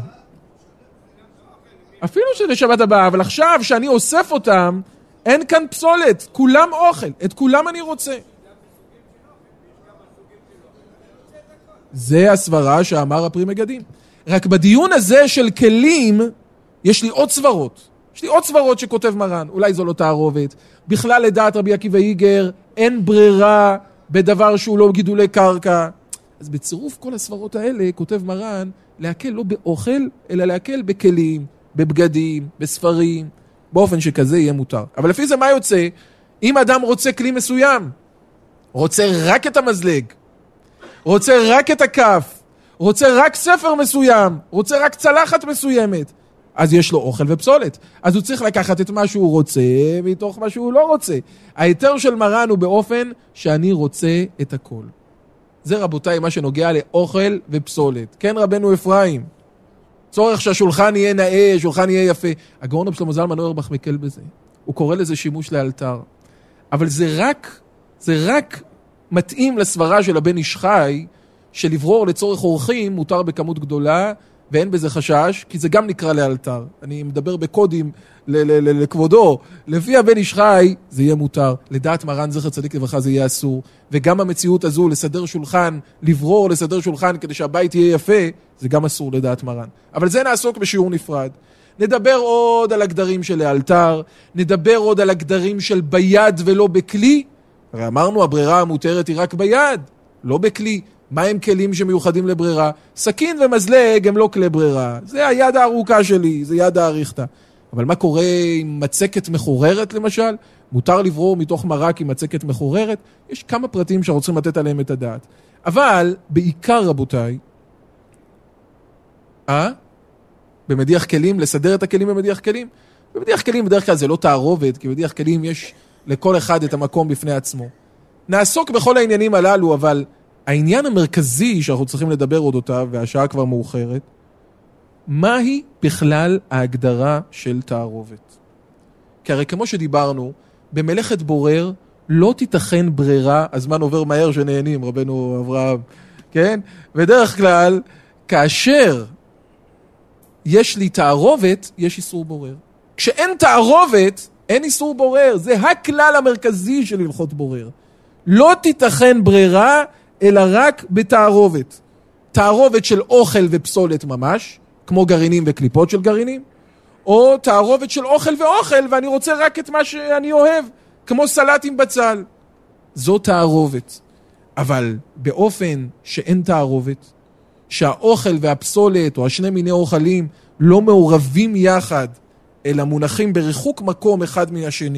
אפילו שזה שבת הבאה, אבל עכשיו שאני אוסף אותם, אין כאן פסולת, כולם אוכל, את כולם אני רוצה. זה הסברה שאמר הפרי מגדים. רק בדיון הזה של כלים, יש לי עוד סברות. יש לי עוד סברות שכותב מרן, אולי זו לא תערובת. בכלל לדעת רבי עקיבא איגר, אין ברירה בדבר שהוא לא גידולי קרקע. אז בצירוף כל הסברות האלה, כותב מרן, להקל לא באוכל, אלא להקל בכלים. בבגדים, בספרים, באופן שכזה יהיה מותר. אבל לפי זה מה יוצא? אם אדם רוצה כלי מסוים, רוצה רק את המזלג, רוצה רק את הכף, רוצה רק ספר מסוים, רוצה רק צלחת מסוימת, אז יש לו אוכל ופסולת. אז הוא צריך לקחת את מה שהוא רוצה, מתוך מה שהוא לא רוצה. היתר של מרן הוא באופן שאני רוצה את הכל. זה רבותיי מה שנוגע לאוכל ופסולת. כן רבנו אפרים? צורך שהשולחן יהיה נאה, השולחן יהיה יפה. הגאון רב שלמה זלמן אוירבך מקל בזה. הוא קורא לזה שימוש לאלתר. אבל זה רק, זה רק מתאים לסברה של הבן איש חי, שלברור לצורך אורחים מותר בכמות גדולה, ואין בזה חשש, כי זה גם נקרא לאלתר. אני מדבר בקודים לכבודו. לפי הבן איש חי, זה יהיה מותר. לדעת מרן זכר צדיק לברכה זה יהיה אסור. וגם המציאות הזו, לסדר שולחן, לברור, לסדר שולחן, כדי שהבית יהיה יפה, זה גם אסור לדעת מרן. אבל זה נעסוק בשיעור נפרד. נדבר עוד על הגדרים של לאלתר, נדבר עוד על הגדרים של ביד ולא בכלי. הרי אמרנו, הברירה המותרת היא רק ביד, לא בכלי. מה הם כלים שמיוחדים לברירה? סכין ומזלג הם לא כלי ברירה. זה היד הארוכה שלי, זה יד האריכתה. אבל מה קורה עם מצקת מחוררת למשל? מותר לברור מתוך מרק עם מצקת מחוררת? יש כמה פרטים שאנחנו צריכים לתת עליהם את הדעת. אבל בעיקר רבותיי, אה? במדיח כלים, לסדר את הכלים במדיח כלים? במדיח כלים בדרך כלל זה לא תערובת, כי במדיח כלים יש לכל אחד את המקום בפני עצמו. נעסוק בכל העניינים הללו, אבל העניין המרכזי שאנחנו צריכים לדבר עוד אותה, והשעה כבר מאוחרת, מהי בכלל ההגדרה של תערובת? כי הרי כמו שדיברנו, במלאכת בורר לא תיתכן ברירה, הזמן עובר מהר שנהנים, רבנו אברהם, כן? בדרך כלל, כאשר יש לי תערובת, יש איסור בורר. כשאין תערובת, אין איסור בורר. זה הכלל המרכזי של הלכות בורר. לא תיתכן ברירה, אלא רק בתערובת. תערובת של אוכל ופסולת ממש, כמו גרעינים וקליפות של גרעינים, או תערובת של אוכל ואוכל, ואני רוצה רק את מה שאני אוהב, כמו סלט עם בצל. זו תערובת. אבל באופן שאין תערובת, שהאוכל והפסולת או השני מיני אוכלים לא מעורבים יחד, אלא מונחים בריחוק מקום אחד מן השני,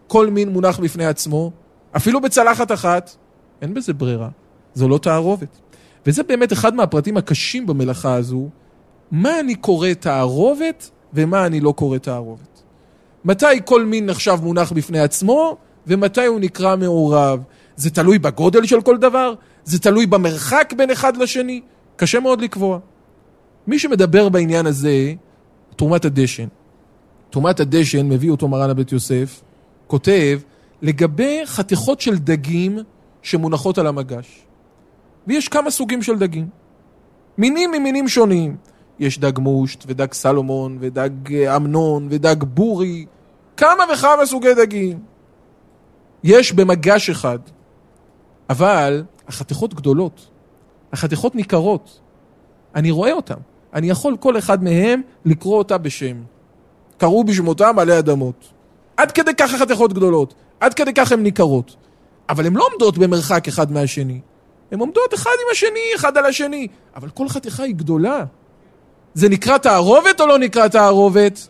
כל מין מונח בפני עצמו, אפילו בצלחת אחת, אין בזה ברירה, זו לא תערובת. וזה באמת אחד מהפרטים הקשים במלאכה הזו, מה אני קורא תערובת ומה אני לא קורא תערובת. מתי כל מין נחשב מונח בפני עצמו ומתי הוא נקרא מעורב. זה תלוי בגודל של כל דבר, זה תלוי במרחק בין אחד לשני, קשה מאוד לקבוע. מי שמדבר בעניין הזה, תרומת הדשן. תרומת הדשן, מביא אותו מרן הבית יוסף, כותב, לגבי חתיכות של דגים שמונחות על המגש. ויש כמה סוגים של דגים. מינים ממינים שונים. יש דג מושט ודג סלומון ודג אמנון ודג בורי. כמה וכמה סוגי דגים. יש במגש אחד. אבל החתיכות גדולות. החתיכות ניכרות. אני רואה אותם. אני יכול כל אחד מהם לקרוא אותה בשם. קראו בשמותם עלי אדמות. עד כדי כך החתיכות גדולות. עד כדי כך הן ניכרות. אבל הן לא עומדות במרחק אחד מהשני. הן עומדות אחד עם השני, אחד על השני. אבל כל חתיכה היא גדולה. זה נקרא תערובת או לא נקרא תערובת?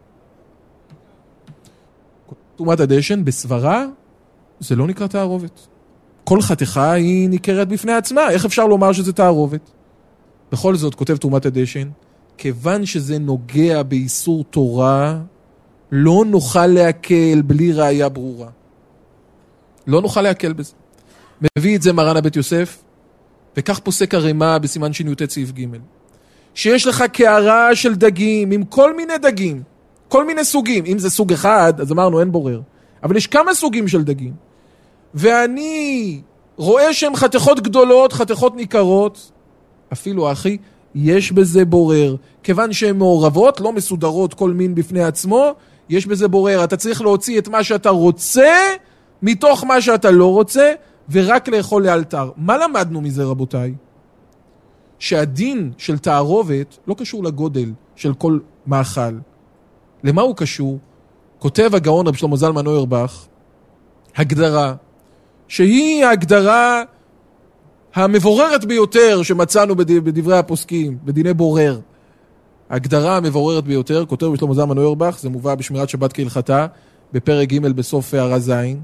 תרומת הדשן בסברה, זה לא נקרא תערובת. כל חתיכה היא ניכרת בפני עצמה. איך אפשר לומר שזה תערובת? בכל זאת, כותב תרומת הדשן, כיוון שזה נוגע באיסור תורה, לא נוכל להקל בלי ראיה ברורה. לא נוכל להקל בזה. מביא את זה מרן הבית יוסף, וכך פוסק הרמ"א בסימן שי"ט סעיף ג' שיש לך קערה של דגים, עם כל מיני דגים, כל מיני סוגים. אם זה סוג אחד, אז אמרנו אין בורר. אבל יש כמה סוגים של דגים. ואני רואה שהם חתיכות גדולות, חתיכות ניכרות, אפילו אחי, יש בזה בורר. כיוון שהן מעורבות, לא מסודרות כל מין בפני עצמו, יש בזה בורר. אתה צריך להוציא את מה שאתה רוצה, מתוך מה שאתה לא רוצה, ורק לאכול לאלתר. מה למדנו מזה רבותיי? שהדין של תערובת לא קשור לגודל של כל מאכל. למה הוא קשור? כותב הגאון רב שלמה זלמן אוירבך, הגדרה, שהיא ההגדרה המבוררת ביותר שמצאנו בדברי הפוסקים, בדיני בורר. ההגדרה המבוררת ביותר, כותב רב שלמה זלמן אוירבך, זה מובא בשמירת שבת כהלכתה, בפרק ג' בסוף הערה זין,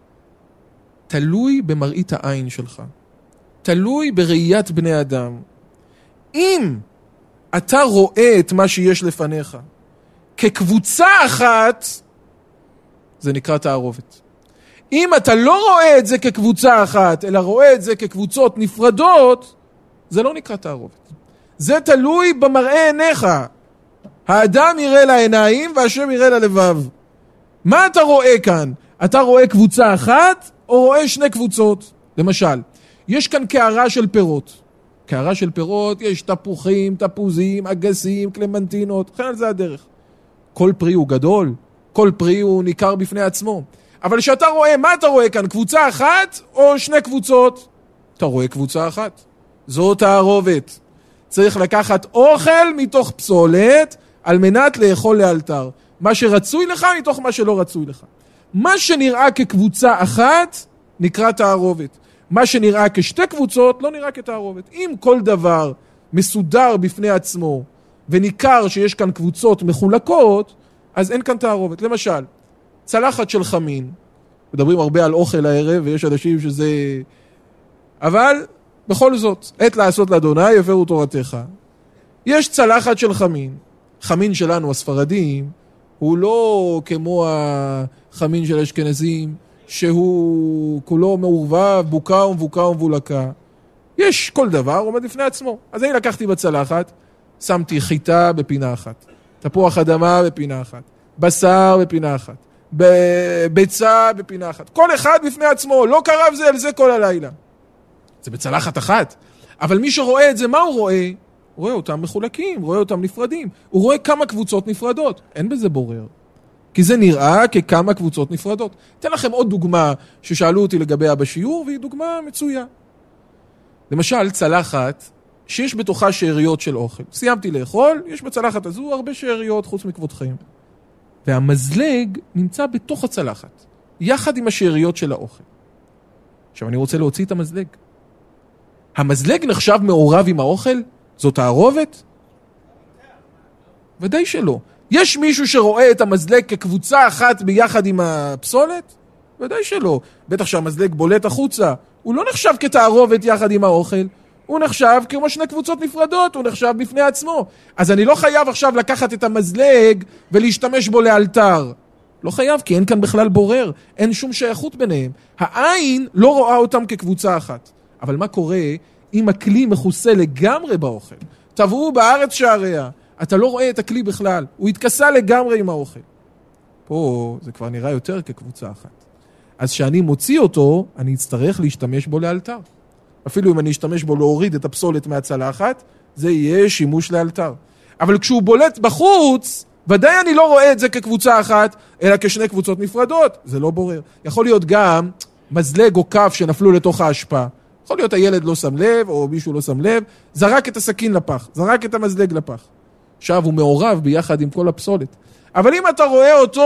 תלוי במראית העין שלך. תלוי בראיית בני אדם. אם אתה רואה את מה שיש לפניך כקבוצה אחת, זה נקרא תערובת. אם אתה לא רואה את זה כקבוצה אחת, אלא רואה את זה כקבוצות נפרדות, זה לא נקרא תערובת. זה תלוי במראה עיניך. האדם יראה לעיניים והשם יראה ללבב. מה אתה רואה כאן? אתה רואה קבוצה אחת או רואה שני קבוצות? למשל, יש כאן קערה של פירות. קערה של פירות, יש תפוחים, תפוזים, אגסים, קלמנטינות, וכן על זה הדרך. כל פרי הוא גדול, כל פרי הוא ניכר בפני עצמו. אבל שאתה רואה, מה אתה רואה כאן? קבוצה אחת או שני קבוצות? אתה רואה קבוצה אחת. זאת תערובת. צריך לקחת אוכל מתוך פסולת על מנת לאכול לאלתר. מה שרצוי לך מתוך מה שלא רצוי לך. מה שנראה כקבוצה אחת נקרא תערובת. מה שנראה כשתי קבוצות לא נראה כתערובת. אם כל דבר מסודר בפני עצמו וניכר שיש כאן קבוצות מחולקות, אז אין כאן תערובת. למשל, צלחת של חמין. מדברים הרבה על אוכל הערב ויש אנשים שזה... אבל בכל זאת, עת לעשות לאדוני יפרו תורתך. יש צלחת של חמין. חמין שלנו הספרדים הוא לא כמו החמין של אשכנזים, שהוא כולו מעורבב, בוקה ומבוקה ומבולקה. יש כל דבר עומד לפני עצמו. אז אני לקחתי בצלחת, שמתי חיטה בפינה אחת, תפוח אדמה בפינה אחת, בשר בפינה אחת, ביצה בפינה אחת. כל אחד בפני עצמו, לא קרב זה על זה כל הלילה. זה בצלחת אחת. אבל מי שרואה את זה, מה הוא רואה? הוא רואה אותם מחולקים, רואה אותם נפרדים. הוא רואה כמה קבוצות נפרדות. אין בזה בורר. כי זה נראה ככמה קבוצות נפרדות. אתן לכם עוד דוגמה ששאלו אותי לגביה בשיעור, והיא דוגמה מצויה. למשל, צלחת שיש בתוכה שאריות של אוכל. סיימתי לאכול, יש בצלחת הזו הרבה שאריות חוץ מכבודכם. והמזלג נמצא בתוך הצלחת, יחד עם השאריות של האוכל. עכשיו אני רוצה להוציא את המזלג. המזלג נחשב מעורב עם האוכל? זאת תערובת? ודאי שלא. יש מישהו שרואה את המזלג כקבוצה אחת ביחד עם הפסולת? ודאי שלא. בטח שהמזלג בולט החוצה. הוא לא נחשב כתערובת יחד עם האוכל. הוא נחשב כמו שני קבוצות נפרדות, הוא נחשב בפני עצמו. אז אני לא חייב עכשיו לקחת את המזלג ולהשתמש בו לאלתר. לא חייב, כי אין כאן בכלל בורר. אין שום שייכות ביניהם. העין לא רואה אותם כקבוצה אחת. אבל מה קורה אם הכלי מכוסה לגמרי באוכל? טבעו בארץ שעריה. אתה לא רואה את הכלי בכלל. הוא התכסה לגמרי עם האוכל. פה זה כבר נראה יותר כקבוצה אחת. אז כשאני מוציא אותו, אני אצטרך להשתמש בו לאלתר. אפילו אם אני אשתמש בו להוריד את הפסולת מהצלחת, זה יהיה שימוש לאלתר. אבל כשהוא בולט בחוץ, ודאי אני לא רואה את זה כקבוצה אחת, אלא כשני קבוצות נפרדות. זה לא בורר. יכול להיות גם מזלג או כף שנפלו לתוך ההשפעה. יכול להיות הילד לא שם לב, או מישהו לא שם לב, זרק את הסכין לפח, זרק את המזלג לפח. עכשיו הוא מעורב ביחד עם כל הפסולת. אבל אם אתה רואה אותו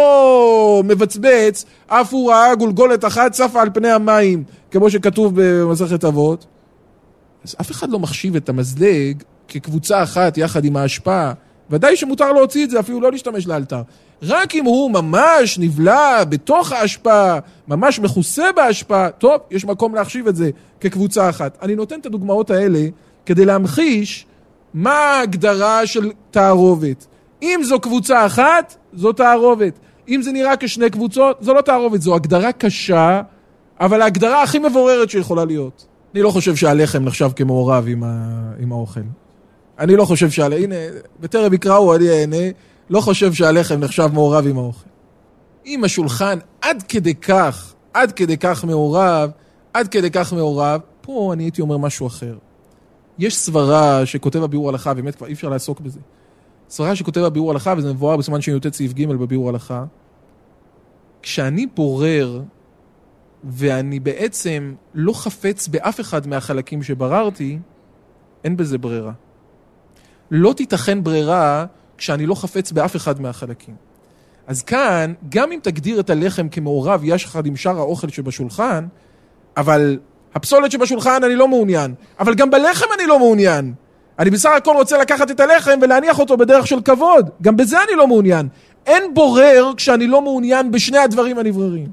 מבצבץ, אף הוא ראה גולגולת אחת צפה על פני המים, כמו שכתוב במסכת אבות, אז אף אחד לא מחשיב את המזלג כקבוצה אחת יחד עם ההשפעה. ודאי שמותר להוציא את זה, אפילו לא להשתמש לאלתר. רק אם הוא ממש נבלע בתוך ההשפעה, ממש מכוסה בהשפעה, טוב, יש מקום להחשיב את זה כקבוצה אחת. אני נותן את הדוגמאות האלה כדי להמחיש מה ההגדרה של תערובת. אם זו קבוצה אחת, זו תערובת. אם זה נראה כשני קבוצות, זו לא תערובת. זו הגדרה קשה, אבל ההגדרה הכי מבוררת שיכולה להיות. אני לא חושב שהלחם נחשב כמעורב עם, ה... עם האוכל. אני לא חושב שהלחם, הנה, בטרם יקראו, אני אענה, לא חושב שהלחם נחשב מעורב עם האוכל. אם השולחן עד כדי כך, עד כדי כך מעורב, עד כדי כך מעורב, פה אני הייתי אומר משהו אחר. יש סברה שכותב הביאור הלכה, באמת כבר אי אפשר לעסוק בזה. סברה שכותב הביאור הלכה, וזה מבואר בסימן שי"ט סעיף ג' בביאור הלכה. כשאני בורר, ואני בעצם לא חפץ באף אחד מהחלקים שבררתי, אין בזה ברירה. לא תיתכן ברירה כשאני לא חפץ באף אחד מהחלקים. אז כאן, גם אם תגדיר את הלחם כמעורב יחד עם שאר האוכל שבשולחן, אבל הפסולת שבשולחן אני לא מעוניין, אבל גם בלחם אני לא מעוניין. אני בסך הכל רוצה לקחת את הלחם ולהניח אותו בדרך של כבוד. גם בזה אני לא מעוניין. אין בורר כשאני לא מעוניין בשני הדברים הנבררים.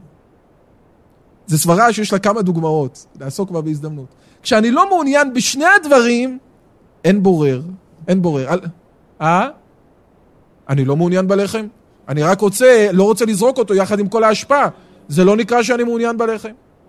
זה סברה שיש לה כמה דוגמאות, לעסוק בה בהזדמנות. כשאני לא מעוניין בשני הדברים, אין בורר. אין בורר. אה? אני לא מעוניין בלחם. אני רק רוצה, לא רוצה לזרוק אותו יחד עם כל ההשפעה. זה לא נקרא שאני מעוניין בלחם.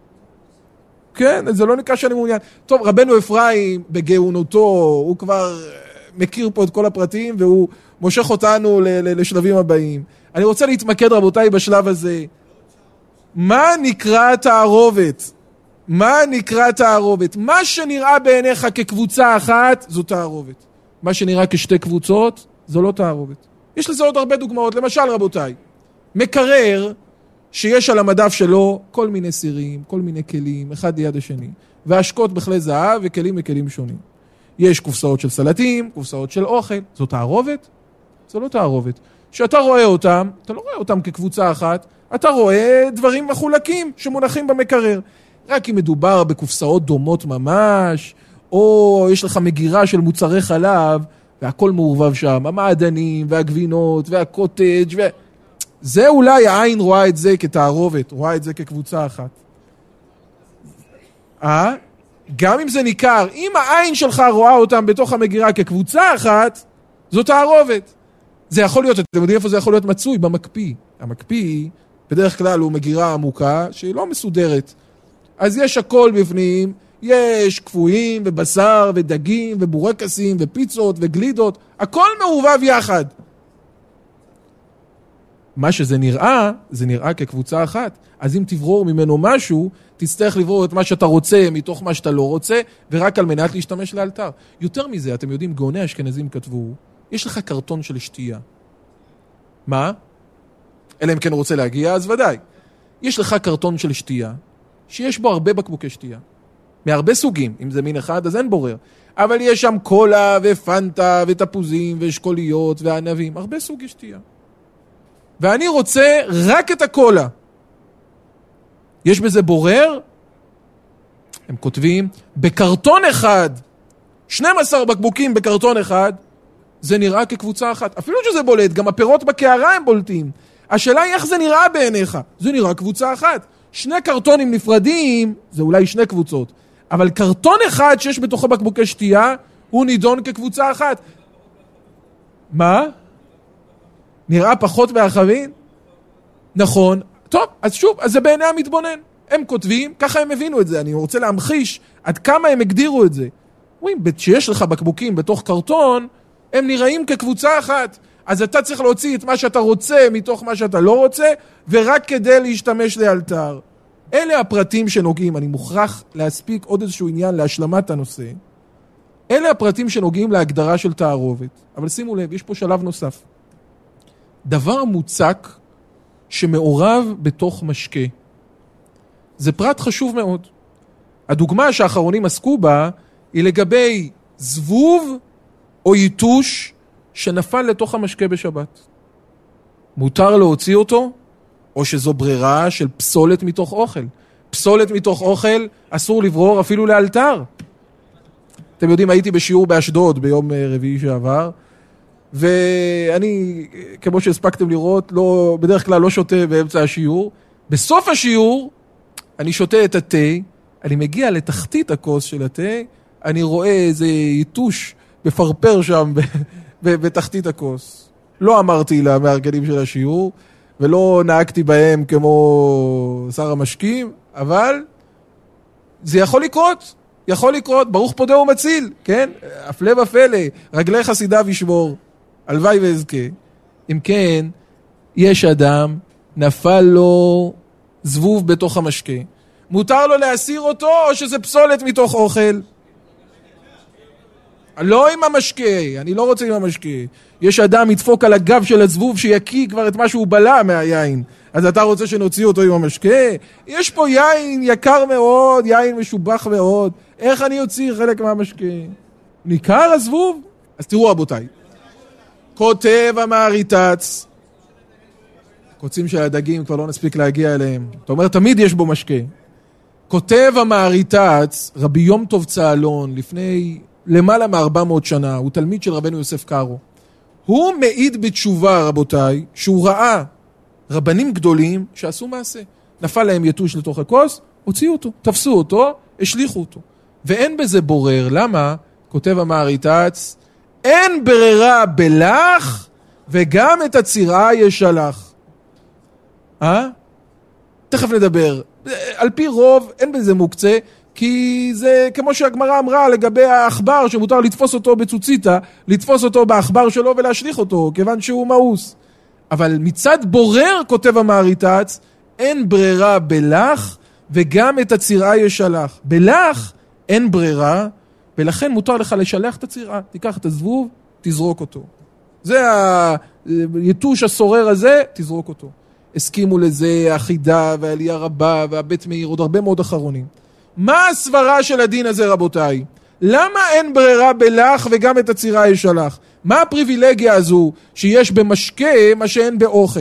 כן, זה לא נקרא שאני מעוניין. טוב, רבנו אפרים בגאונותו, הוא כבר מכיר פה את כל הפרטים, והוא מושך אותנו ל- ל- לשלבים הבאים. אני רוצה להתמקד, רבותיי, בשלב הזה. מה נקרא תערובת? מה נקרא תערובת? מה שנראה בעיניך כקבוצה אחת, זו תערובת. מה שנראה כשתי קבוצות, זו לא תערובת. יש לזה עוד הרבה דוגמאות. למשל, רבותיי, מקרר שיש על המדף שלו כל מיני סירים, כל מיני כלים, אחד ליד השני, והשקות בכלי זהב וכלים מכלים שונים. יש קופסאות של סלטים, קופסאות של אוכל. זו תערובת? זו לא תערובת. כשאתה רואה אותם, אתה לא רואה אותם כקבוצה אחת, אתה רואה דברים מחולקים שמונחים במקרר. רק אם מדובר בקופסאות דומות ממש, או יש לך מגירה של מוצרי חלב, והכל מעורבב שם, המעדנים והגבינות והקוטג' ו... זה אולי העין רואה את זה כתערובת, רואה את זה כקבוצה אחת. אה? גם אם זה ניכר, אם העין שלך רואה אותם בתוך המגירה כקבוצה אחת, זו תערובת. זה יכול להיות, אתם יודעים איפה זה יכול להיות מצוי? במקפיא. המקפיא, בדרך כלל הוא מגירה עמוקה, שהיא לא מסודרת. אז יש הכל בפנים, יש קפואים ובשר ודגים ובורקסים ופיצות וגלידות, הכל מעורבב יחד. מה שזה נראה, זה נראה כקבוצה אחת. אז אם תברור ממנו משהו, תצטרך לברור את מה שאתה רוצה מתוך מה שאתה לא רוצה, ורק על מנת להשתמש לאלתר. יותר מזה, אתם יודעים, גאוני אשכנזים כתבו, יש לך קרטון של שתייה. מה? אלא אם כן רוצה להגיע, אז ודאי. יש לך קרטון של שתייה, שיש בו הרבה בקבוקי שתייה. מהרבה סוגים, אם זה מין אחד, אז אין בורר. אבל יש שם קולה ופנטה ותפוזים ואשכוליות וענבים, הרבה סוגי שתייה. ואני רוצה רק את הקולה. יש בזה בורר? הם כותבים, בקרטון אחד, שנים עשר בקבוקים בקרטון אחד, זה נראה כקבוצה אחת. אפילו שזה בולט, גם הפירות בקערה הם בולטים. השאלה היא איך זה נראה בעיניך. זה נראה קבוצה אחת. שני קרטונים נפרדים, זה אולי שני קבוצות. אבל קרטון אחד שיש בתוכו בקבוקי שתייה, הוא נידון כקבוצה אחת. מה? נראה פחות בהרחבין? נכון. טוב, אז שוב, אז זה בעיני המתבונן. הם כותבים, ככה הם הבינו את זה. אני רוצה להמחיש עד כמה הם הגדירו את זה. רואים, שיש לך בקבוקים בתוך קרטון, הם נראים כקבוצה אחת. אז אתה צריך להוציא את מה שאתה רוצה מתוך מה שאתה לא רוצה, ורק כדי להשתמש לאלתר. אלה הפרטים שנוגעים, אני מוכרח להספיק עוד איזשהו עניין להשלמת הנושא. אלה הפרטים שנוגעים להגדרה של תערובת. אבל שימו לב, יש פה שלב נוסף. דבר מוצק שמעורב בתוך משקה. זה פרט חשוב מאוד. הדוגמה שהאחרונים עסקו בה היא לגבי זבוב או יתוש שנפל לתוך המשקה בשבת. מותר להוציא אותו, או שזו ברירה של פסולת מתוך אוכל. פסולת מתוך אוכל אסור לברור אפילו לאלתר. אתם יודעים, הייתי בשיעור באשדוד ביום רביעי שעבר, ואני, כמו שהספקתם לראות, לא, בדרך כלל לא שותה באמצע השיעור. בסוף השיעור, אני שותה את התה, אני מגיע לתחתית הכוס של התה, אני רואה איזה יתוש בפרפר שם בתחתית הכוס. לא אמרתי למארגנים של השיעור, ולא נהגתי בהם כמו שר המשקים, אבל זה יכול לקרות, יכול לקרות, ברוך פודה ומציל, כן? הפלא ופלא, רגלי חסידיו ישמור, הלוואי ואזכה. אם כן, יש אדם, נפל לו זבוב בתוך המשקה. מותר לו להסיר אותו, או שזה פסולת מתוך אוכל? לא עם המשקה, אני לא רוצה עם המשקה. יש אדם ידפוק על הגב של הזבוב שיקיא כבר את מה שהוא בלע מהיין. אז אתה רוצה שנוציא אותו עם המשקה? יש פה יין יקר מאוד, יין משובח מאוד. איך אני אוציא חלק מהמשקה? ניכר הזבוב? אז תראו רבותיי. כותב המעריטץ. קוצים של הדגים כבר לא נספיק להגיע אליהם. אתה אומר, תמיד יש בו משקה. כותב המעריטץ, רבי יום טוב צהלון, לפני למעלה מ-ארבע מאות שנה, הוא תלמיד של רבנו יוסף קארו. הוא מעיד בתשובה, רבותיי, שהוא ראה רבנים גדולים שעשו מעשה. נפל להם יתוש לתוך הכוס, הוציאו אותו, תפסו אותו, השליחו אותו. ואין בזה בורר. למה? כותב המעריטץ, אין ברירה בלח, וגם את הצירה ישלח. אה? תכף נדבר. על פי רוב, אין בזה מוקצה, כי זה כמו שהגמרא אמרה לגבי האחבר, שמותר לתפוס אותו בצוציתה, לתפוס אותו באחבר שלו ולהשליך אותו, כיוון שהוא מאוס. אבל מצד בורר, כותב המעריטץ, אין ברירה בלח, וגם את הצירה ישלח. בלח אין ברירה, ולכן מותר לך לשלח את הצירה. תיקח את הזבוב, תזרוק אותו. זה היתוש הסורר הזה, תזרוק אותו. הסכימו לזה החידה והעלייה רבה והבית מאיר, עוד הרבה מאוד אחרונים. מה הסברה של הדין הזה, רבותיי? למה אין ברירה בלח וגם את הצירה ישלח? מה הפריבילגיה הזו שיש במשקה מה שאין באוכל?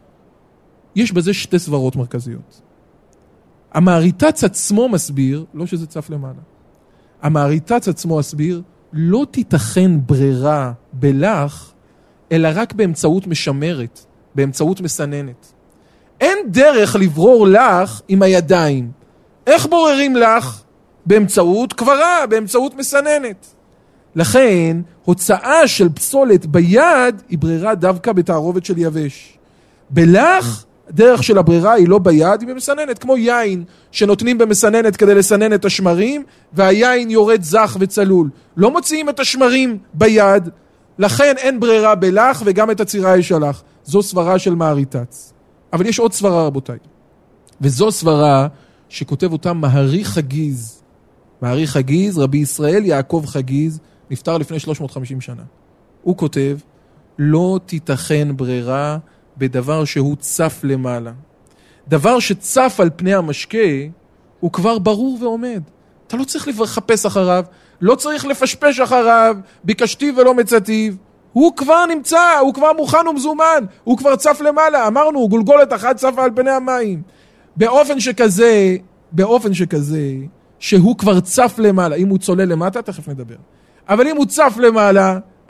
יש בזה שתי סברות מרכזיות. המעריטץ עצמו מסביר, לא שזה צף למעלה, המעריטץ עצמו מסביר, לא תיתכן ברירה בלח, אלא רק באמצעות משמרת, באמצעות מסננת. אין דרך לברור לח עם הידיים. איך בוררים לך? באמצעות קברה, באמצעות מסננת. לכן, הוצאה של פסולת ביד היא ברירה דווקא בתערובת של יבש. בלח, דרך של הברירה היא לא ביד, היא במסננת, כמו יין שנותנים במסננת כדי לסנן את השמרים, והיין יורד זך וצלול. לא מוציאים את השמרים ביד, לכן אין ברירה בלח וגם את הצירה ישלח. זו סברה של מעריטץ. אבל יש עוד סברה, רבותיי. וזו סברה שכותב אותה מהרי חגיז. מהרי חגיז, רבי ישראל יעקב חגיז, נפטר לפני שלוש מאות וחמישים שנה. הוא כותב, לא תיתכן ברירה בדבר שהוא צף למעלה. דבר שצף על פני המשקה, הוא כבר ברור ועומד. אתה לא צריך לחפש אחריו, לא צריך לפשפש אחריו, ביקשתיו ולא מצאתיו. הוא כבר נמצא, הוא כבר מוכן ומזומן, הוא כבר צף למעלה. אמרנו, גולגולת אחת צפה על פני המים. באופן שכזה, באופן שכזה, שהוא כבר צף למעלה. אם הוא צולל למטה, תכף נדבר. אבל אם הוא צף למעלה,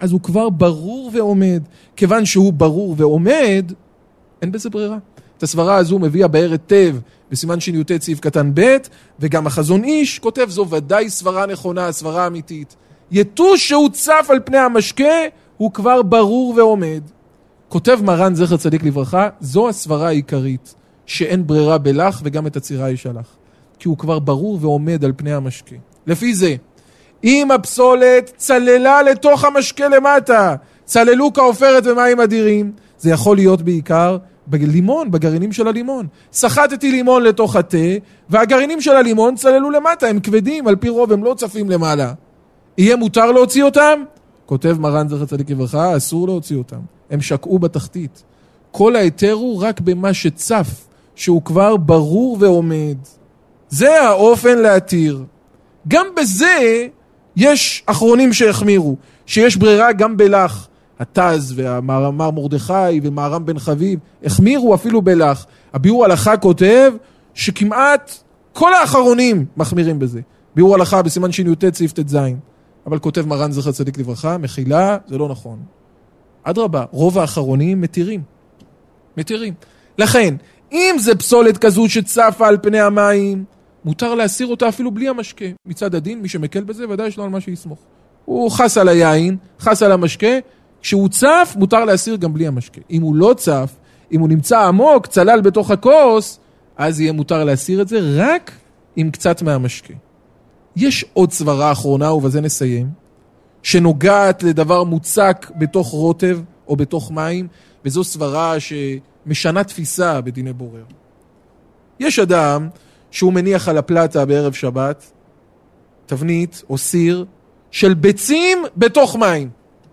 אז הוא כבר ברור ועומד. כיוון שהוא ברור ועומד, אין בזה ברירה. את הסברה הזו מביא הבאר היטב בסימן שי"ט סעיף קטן ב', וגם החזון איש כותב זו ודאי סברה נכונה, סברה אמיתית. יתוש שהוא צף על פני המשקה, הוא כבר ברור ועומד. כותב מרן זכר צדיק לברכה, זו הסברה העיקרית, שאין ברירה בלח וגם את הצירה ישלח. כי הוא כבר ברור ועומד על פני המשקה. לפי זה, אם הפסולת צללה לתוך המשקה למטה, צללו כעופרת ומים אדירים, זה יכול להיות בעיקר בלימון, בגרעינים של הלימון. סחטתי לימון לתוך התה, והגרעינים של הלימון צללו למטה, הם כבדים, על פי רוב הם לא צפים למעלה. יהיה מותר להוציא אותם? כותב מרן זכר צדיק לברכה, אסור להוציא אותם. הם שקעו בתחתית. כל היתר הוא רק במה שצף, שהוא כבר ברור ועומד. זה האופן להתיר. גם בזה יש אחרונים שהחמירו, שיש ברירה גם בלח. התז והמאמר מרדכי ומארם בן חביב החמירו אפילו בלח. הביאור הלכה כותב שכמעט כל האחרונים מחמירים בזה. ביאור הלכה בסימן שי"ט סעיף ט"ז. אבל כותב מרן זכר צדיק לברכה, מחילה, זה לא נכון. אדרבה, רוב האחרונים מתירים. מתירים. לכן, אם זה פסולת כזו שצפה על פני המים, מותר להסיר אותה אפילו בלי המשקה. מצד הדין, מי שמקל בזה, ודאי יש לו על מה שיסמוך. הוא חס על היין, חס על המשקה, כשהוא צף, מותר להסיר גם בלי המשקה. אם הוא לא צף, אם הוא נמצא עמוק, צלל בתוך הכוס, אז יהיה מותר להסיר את זה רק עם קצת מהמשקה. יש עוד סברה אחרונה, ובזה נסיים, שנוגעת לדבר מוצק בתוך רוטב או בתוך מים, וזו סברה שמשנה תפיסה בדיני בורר. יש אדם שהוא מניח על הפלטה בערב שבת, תבנית או סיר, של ביצים בתוך מים.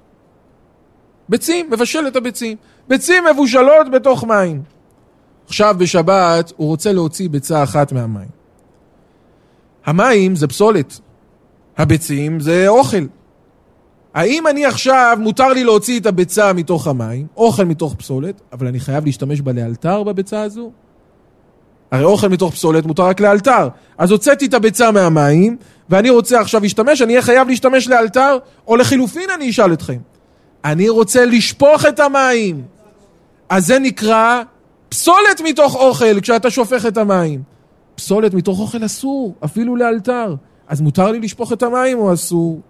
ביצים, מבשל את הביצים. ביצים מבושלות בתוך מים. עכשיו בשבת הוא רוצה להוציא ביצה אחת מהמים. המים זה פסולת. הביצים זה אוכל. האם אני עכשיו מותר לי להוציא את הביצה מתוך המים, אוכל מתוך פסולת, אבל אני חייב להשתמש בה לאלתר בביצה הזו? הרי אוכל מתוך פסולת מותר רק לאלתר. אז הוצאתי את הביצה מהמים, ואני רוצה עכשיו להשתמש, אני אהיה חייב להשתמש לאלתר, או לחילופין אני אשאל אתכם. אני רוצה לשפוך את המים. אז זה נקרא פסולת מתוך אוכל, כשאתה שופך את המים. פסולת מתוך אוכל אסור, אפילו לאלתר. אז מותר לי לשפוך את המים או אסור?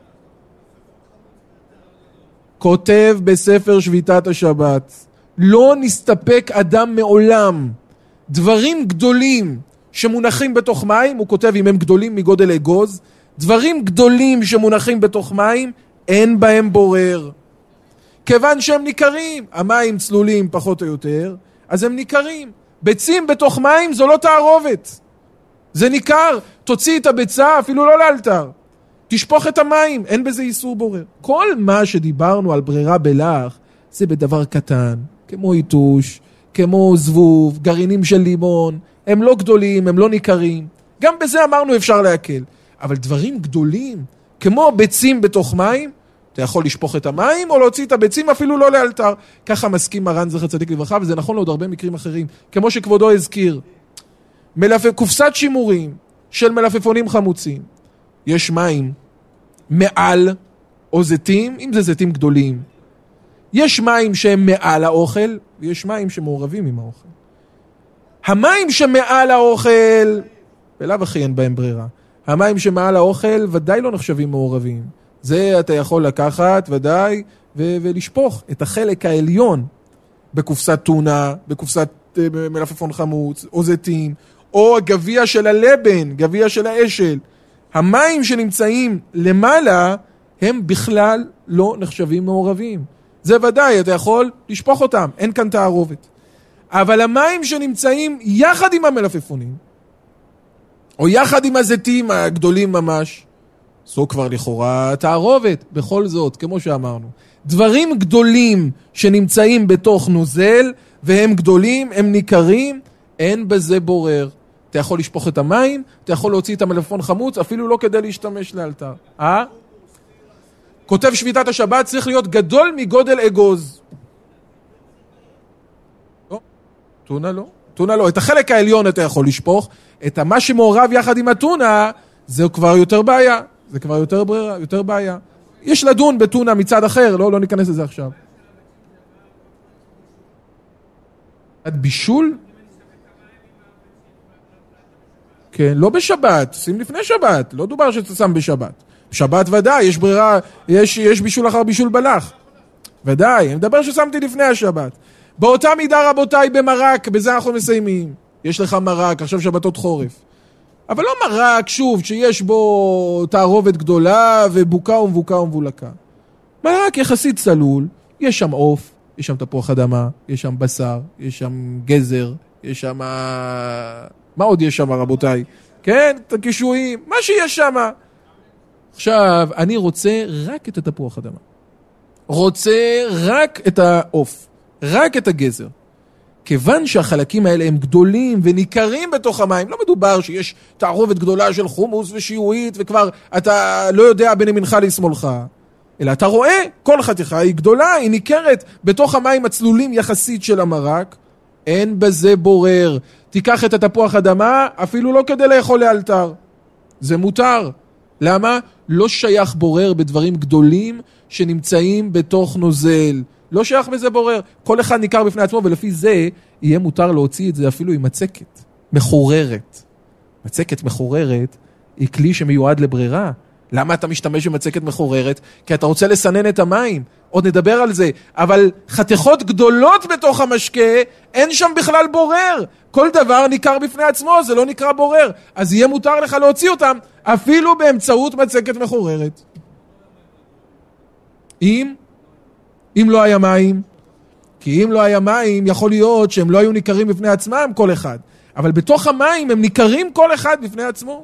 כותב בספר שביתת השבת, לא נסתפק אדם מעולם. דברים גדולים שמונחים בתוך מים, הוא כותב אם הם גדולים מגודל אגוז, דברים גדולים שמונחים בתוך מים, אין בהם בורר. כיוון שהם ניכרים, המים צלולים פחות או יותר, אז הם ניכרים. ביצים בתוך מים זו לא תערובת. זה ניכר, תוציא את הביצה אפילו לא לאלתר. תשפוך את המים, אין בזה איסור בורר. כל מה שדיברנו על ברירה בלח, זה בדבר קטן, כמו יתוש, כמו זבוב, גרעינים של לימון, הם לא גדולים, הם לא ניכרים. גם בזה אמרנו אפשר להקל. אבל דברים גדולים, כמו ביצים בתוך מים, אתה יכול לשפוך את המים או להוציא את הביצים אפילו לא לאלתר. ככה מסכים מרן זכר צדיק לברכה, וזה נכון לעוד הרבה מקרים אחרים. כמו שכבודו הזכיר, מלפ... קופסת שימורים של מלפפונים חמוצים. יש מים מעל או זיתים, אם זה זיתים גדולים. יש מים שהם מעל האוכל, ויש מים שמעורבים עם האוכל. המים שמעל האוכל, בלאו הכי אין בהם ברירה. המים שמעל האוכל ודאי לא נחשבים מעורבים. זה אתה יכול לקחת ודאי ו- ולשפוך את החלק העליון בקופסת טונה, בקופסת מלפפון חמוץ, או זיתים, או הגביע של הלבן, גביע של האשל. המים שנמצאים למעלה הם בכלל לא נחשבים מעורבים. זה ודאי, אתה יכול לשפוך אותם, אין כאן תערובת. אבל המים שנמצאים יחד עם המלפפונים, או יחד עם הזיתים הגדולים ממש, זו כבר לכאורה תערובת. בכל זאת, כמו שאמרנו, דברים גדולים שנמצאים בתוך נוזל, והם גדולים, הם ניכרים, אין בזה בורר. אתה יכול לשפוך את המים, אתה יכול להוציא את המלפפון חמוץ, אפילו לא כדי להשתמש לאלתר. אה? כותב שביתת השבת, צריך להיות גדול מגודל אגוז. לא, טונה לא. טונה לא. את החלק העליון אתה יכול לשפוך, את מה שמעורב יחד עם הטונה, זה כבר יותר בעיה. זה כבר יותר ברירה, יותר בעיה. יש לדון בטונה מצד אחר, לא, לא ניכנס לזה עכשיו. עד בישול? כן, לא בשבת, שים לפני שבת, לא דובר שאתה שם בשבת. בשבת ודאי, יש ברירה, יש, יש בישול אחר בישול בלח. ודאי, אני מדבר ששמתי לפני השבת. באותה מידה רבותיי במרק, בזה אנחנו מסיימים. יש לך מרק, עכשיו שבתות חורף. אבל לא מרק, שוב, שיש בו תערובת גדולה ובוקה ומבוקה ומבולקה. מרק יחסית צלול, יש שם עוף, יש שם תפוח אדמה, יש שם בשר, יש שם גזר, יש שם... מה עוד יש שם רבותיי? כן, את הקישואים, מה שיש שם. עכשיו, אני רוצה רק את התפוח אדמה. רוצה רק את העוף, רק את הגזר. כיוון שהחלקים האלה הם גדולים וניכרים בתוך המים, לא מדובר שיש תערובת גדולה של חומוס ושיעורית וכבר אתה לא יודע בין ימינך לשמאלך, אלא אתה רואה כל חתיכה היא גדולה, היא ניכרת בתוך המים הצלולים יחסית של המרק, אין בזה בורר. תיקח את התפוח אדמה אפילו לא כדי לאכול לאלתר, זה מותר. למה? לא שייך בורר בדברים גדולים שנמצאים בתוך נוזל. לא שייך בזה בורר. כל אחד ניכר בפני עצמו, ולפי זה יהיה מותר להוציא את זה אפילו עם מצקת מחוררת. מצקת מחוררת היא כלי שמיועד לברירה. למה אתה משתמש במצקת מחוררת? כי אתה רוצה לסנן את המים. עוד נדבר על זה. אבל חתיכות גדולות בתוך המשקה, אין שם בכלל בורר. כל דבר ניכר בפני עצמו, זה לא נקרא בורר. אז יהיה מותר לך להוציא אותם, אפילו באמצעות מצקת מחוררת. אם, אם לא היה מים, כי אם לא היה מים, יכול להיות שהם לא היו ניכרים בפני עצמם כל אחד. אבל בתוך המים הם ניכרים כל אחד בפני עצמו.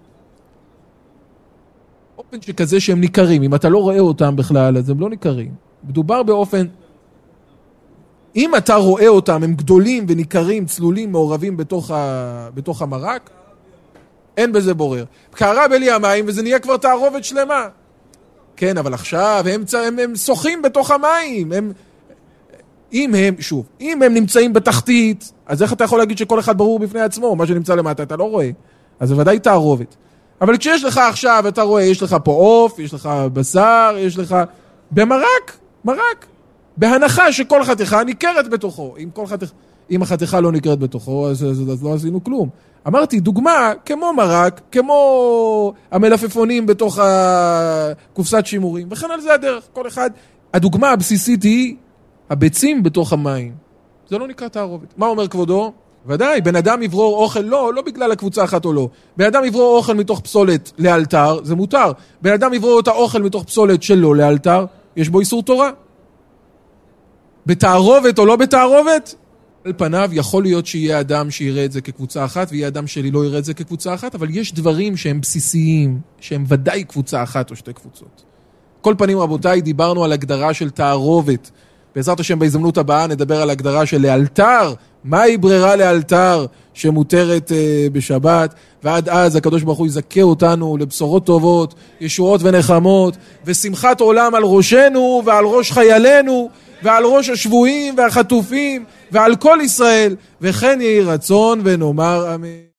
אופן שכזה שהם ניכרים, אם אתה לא רואה אותם בכלל, אז הם לא ניכרים. מדובר באופן... אם אתה רואה אותם, הם גדולים וניכרים, צלולים, מעורבים בתוך, ה... בתוך המרק, אין בזה בורר. קרה בלי המים וזה נהיה כבר תערובת שלמה. כן, אבל עכשיו הם, הם, הם שוחים בתוך המים. הם... אם הם, שוב, אם הם נמצאים בתחתית, אז איך אתה יכול להגיד שכל אחד ברור בפני עצמו? מה שנמצא למטה אתה לא רואה. אז זה ודאי תערובת. אבל כשיש לך עכשיו, אתה רואה, יש לך פה עוף, יש לך בשר, יש לך... במרק, מרק. בהנחה שכל חתיכה ניכרת בתוכו. אם, כל חתיכה, אם החתיכה לא ניכרת בתוכו, אז, אז, אז לא עשינו כלום. אמרתי, דוגמה, כמו מרק, כמו המלפפונים בתוך הקופסת שימורים, וכן על זה הדרך. כל אחד, הדוגמה הבסיסית היא הביצים בתוך המים. זה לא נקרא תערובת. מה אומר כבודו? ודאי, בן אדם יברור אוכל, לא, לא בגלל הקבוצה אחת או לא. בן אדם יברור אוכל מתוך פסולת לאלתר, זה מותר. בן אדם יברור את האוכל מתוך פסולת שלא לאלתר, יש בו איסור תורה. בתערובת או לא בתערובת? על פניו יכול להיות שיהיה אדם שיראה את זה כקבוצה אחת, ויהיה אדם שלי לא יראה את זה כקבוצה אחת, אבל יש דברים שהם בסיסיים, שהם ודאי קבוצה אחת או שתי קבוצות. כל פנים רבותיי, דיברנו על הגדרה של תערובת. בעזרת השם בהזדמנות הבאה נדבר על הגדרה של לאלתר, מהי ברירה לאלתר שמותרת uh, בשבת, ועד אז הקדוש ברוך הוא יזכה אותנו לבשורות טובות, ישועות ונחמות, ושמחת עולם על ראשנו ועל ראש חיילינו, ועל ראש השבויים והחטופים, ועל כל ישראל, וכן יהי רצון ונאמר אמן.